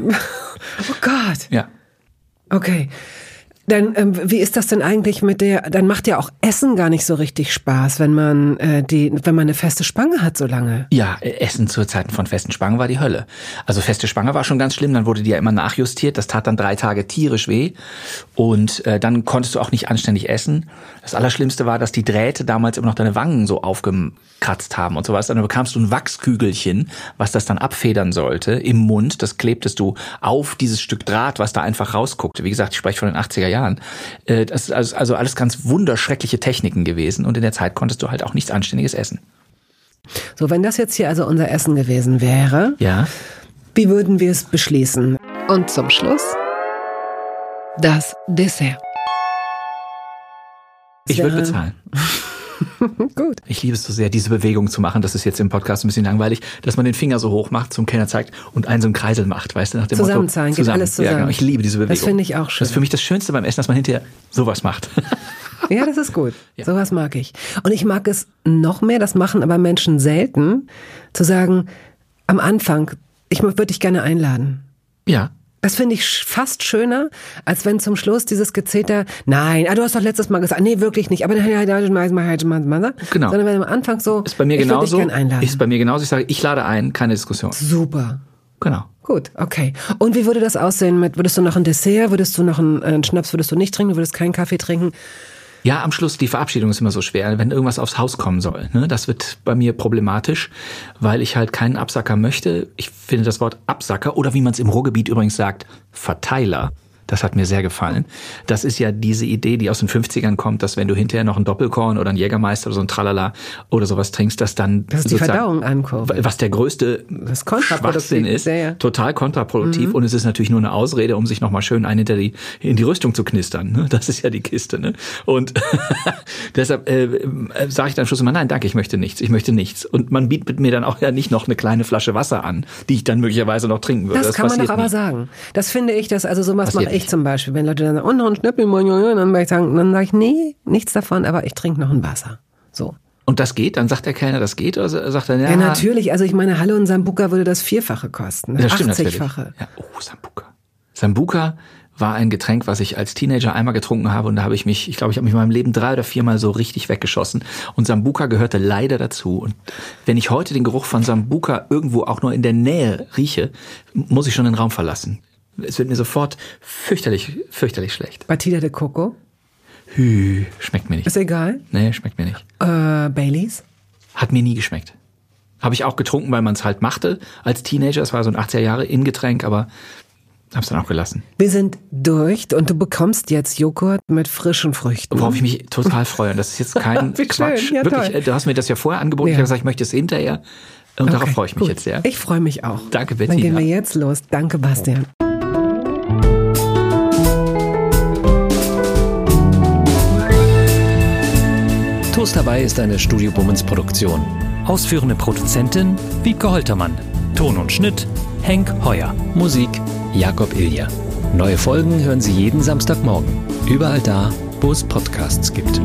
Oh Gott. Ja. Okay. Dann, wie ist das denn eigentlich dann macht ja auch Essen gar nicht so richtig Spaß, wenn man eine feste Spange hat so lange. Ja, Essen zu Zeiten von festen Spangen war die Hölle. Also feste Spange war schon ganz schlimm, dann wurde die ja immer nachjustiert, das tat dann 3 Tage tierisch weh und dann konntest du auch nicht anständig essen. Das Allerschlimmste war, dass die Drähte damals immer noch deine Wangen so aufgekratzt haben und sowas. Dann bekamst du ein Wachskügelchen, was das dann abfedern sollte im Mund, das klebtest du auf dieses Stück Draht, was da einfach rausguckte. Wie gesagt, ich spreche von den 80er Jahren. Das ist also alles ganz wunderschreckliche Techniken gewesen und in der Zeit konntest du halt auch nichts Anständiges essen. So, wenn das jetzt hier also unser Essen gewesen wäre, ja, wie würden wir es beschließen? Und zum Schluss das Dessert. Ich würde bezahlen. Gut. Ich liebe es so sehr, diese Bewegung zu machen. Das ist jetzt im Podcast ein bisschen langweilig, dass man den Finger so hoch macht, zum Kellner zeigt und einen so einen Kreisel macht, weißt du, nach dem Zusammenzahlen, Motto. geht alles zusammen. Ja, genau. Ich liebe diese Bewegung. Das finde ich auch schön. Das ist für mich das Schönste beim Essen, dass man hinterher sowas macht. Ja, das ist gut. Ja. Sowas mag ich. Und ich mag es noch mehr, das machen aber Menschen selten, zu sagen, am Anfang, ich würde dich gerne einladen. Ja. Das finde ich fast schöner, als wenn zum Schluss dieses Gezeter, nein, du hast doch letztes Mal gesagt, nee, wirklich nicht, aber genau. Sondern wenn am Anfang so, ist bei mir ich würde dich genauso, gerne einladen. ist bei mir genauso, ich sage, ich lade ein, keine Diskussion. Super. Genau. Gut, okay. Und wie würde das aussehen würdest du noch ein Dessert, würdest du noch einen Schnaps, würdest du nicht trinken, du würdest keinen Kaffee trinken? Ja, am Schluss, die Verabschiedung ist immer so schwer, wenn irgendwas aufs Haus kommen soll. Ne? Das wird bei mir problematisch, weil ich halt keinen Absacker möchte. Ich finde das Wort Absacker oder wie man es im Ruhrgebiet übrigens sagt, Verteiler. Das hat mir sehr gefallen. Das ist ja diese Idee, die aus den 50ern kommt, dass wenn du hinterher noch einen Doppelkorn oder einen Jägermeister oder so ein Tralala oder sowas trinkst, dass dann das ist die Verdauung ankurbelt. Was der größte Schwachsinn ist, total kontraproduktiv. Und es ist natürlich nur eine Ausrede, um sich nochmal schön in die Rüstung zu knistern. Ne? Das ist ja die Kiste. Ne? Und deshalb sage ich dann am Schluss immer, nein, danke, ich möchte nichts. Und man bietet mir dann auch ja nicht noch eine kleine Flasche Wasser an, die ich dann möglicherweise noch trinken würde. Das kann man doch aber sagen. Das finde ich, dass also sowas mache ich zum Beispiel, wenn Leute dann sagen, noch ein Schnäppel, dann sage ich, nee, nichts davon, aber ich trinke noch ein Wasser. So. Und das geht? Dann sagt der Kellner, das geht? Oder sagt er, ja, natürlich. Also ich meine, Hallo und Sambuca würde das 4-fache kosten. Das 80-fache. Ja, Sambuca. Sambuca war ein Getränk, was ich als Teenager einmal getrunken habe und da habe ich mich, ich glaube, ich habe mich in meinem Leben 3 oder 4 Mal so richtig weggeschossen. Und Sambuca gehörte leider dazu. Und wenn ich heute den Geruch von Sambuca irgendwo auch nur in der Nähe rieche, muss ich schon den Raum verlassen. Es wird mir sofort fürchterlich schlecht. Batida de Coco? Schmeckt mir nicht. Ist egal? Nee, schmeckt mir nicht. Baileys? Hat mir nie geschmeckt. Habe ich auch getrunken, weil man es halt machte als Teenager. Es war so ein 80er Jahre Ingetränk, aber hab's dann auch gelassen. Wir sind durch und du bekommst jetzt Joghurt mit frischen Früchten. Worauf ich mich total freue. Und das ist jetzt kein Quatsch. Ja, wirklich, toll. du hast mir das ja vorher angeboten. Ja. Ich habe gesagt, ich möchte es hinterher. Und darauf freue ich mich jetzt sehr. Ich freue mich auch. Danke, Bettina. Dann gehen wir jetzt los. Danke, Bastian. Toast Hawaii ist eine Studio Bummens Produktion. Ausführende Produzentin Wiebke Holtermann. Ton und Schnitt Henk Heuer. Musik Jakob Ilja. Neue Folgen hören Sie jeden Samstagmorgen. Überall da, wo es Podcasts gibt.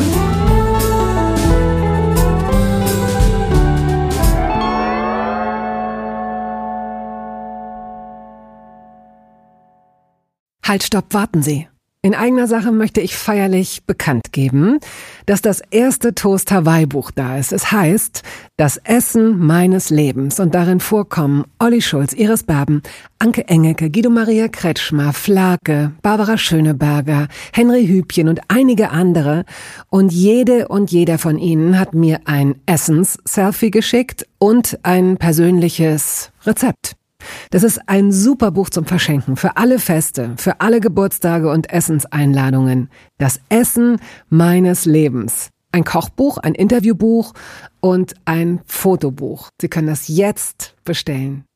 Halt, stopp, warten Sie. In eigener Sache möchte ich feierlich bekannt geben, dass das erste Toast Hawaii Buch da ist. Es heißt Das Essen meines Lebens und darin vorkommen Olli Schulz, Iris Berben, Anke Engelke, Guido Maria Kretschmer, Flake, Barbara Schöneberger, Henry Hübchen und einige andere. Und jede und jeder von ihnen hat mir ein Essens-Selfie geschickt und ein persönliches Rezept. Das ist ein super Buch zum Verschenken für alle Feste, für alle Geburtstage und Essenseinladungen. Das Essen meines Lebens. Ein Kochbuch, ein Interviewbuch und ein Fotobuch. Sie können das jetzt bestellen.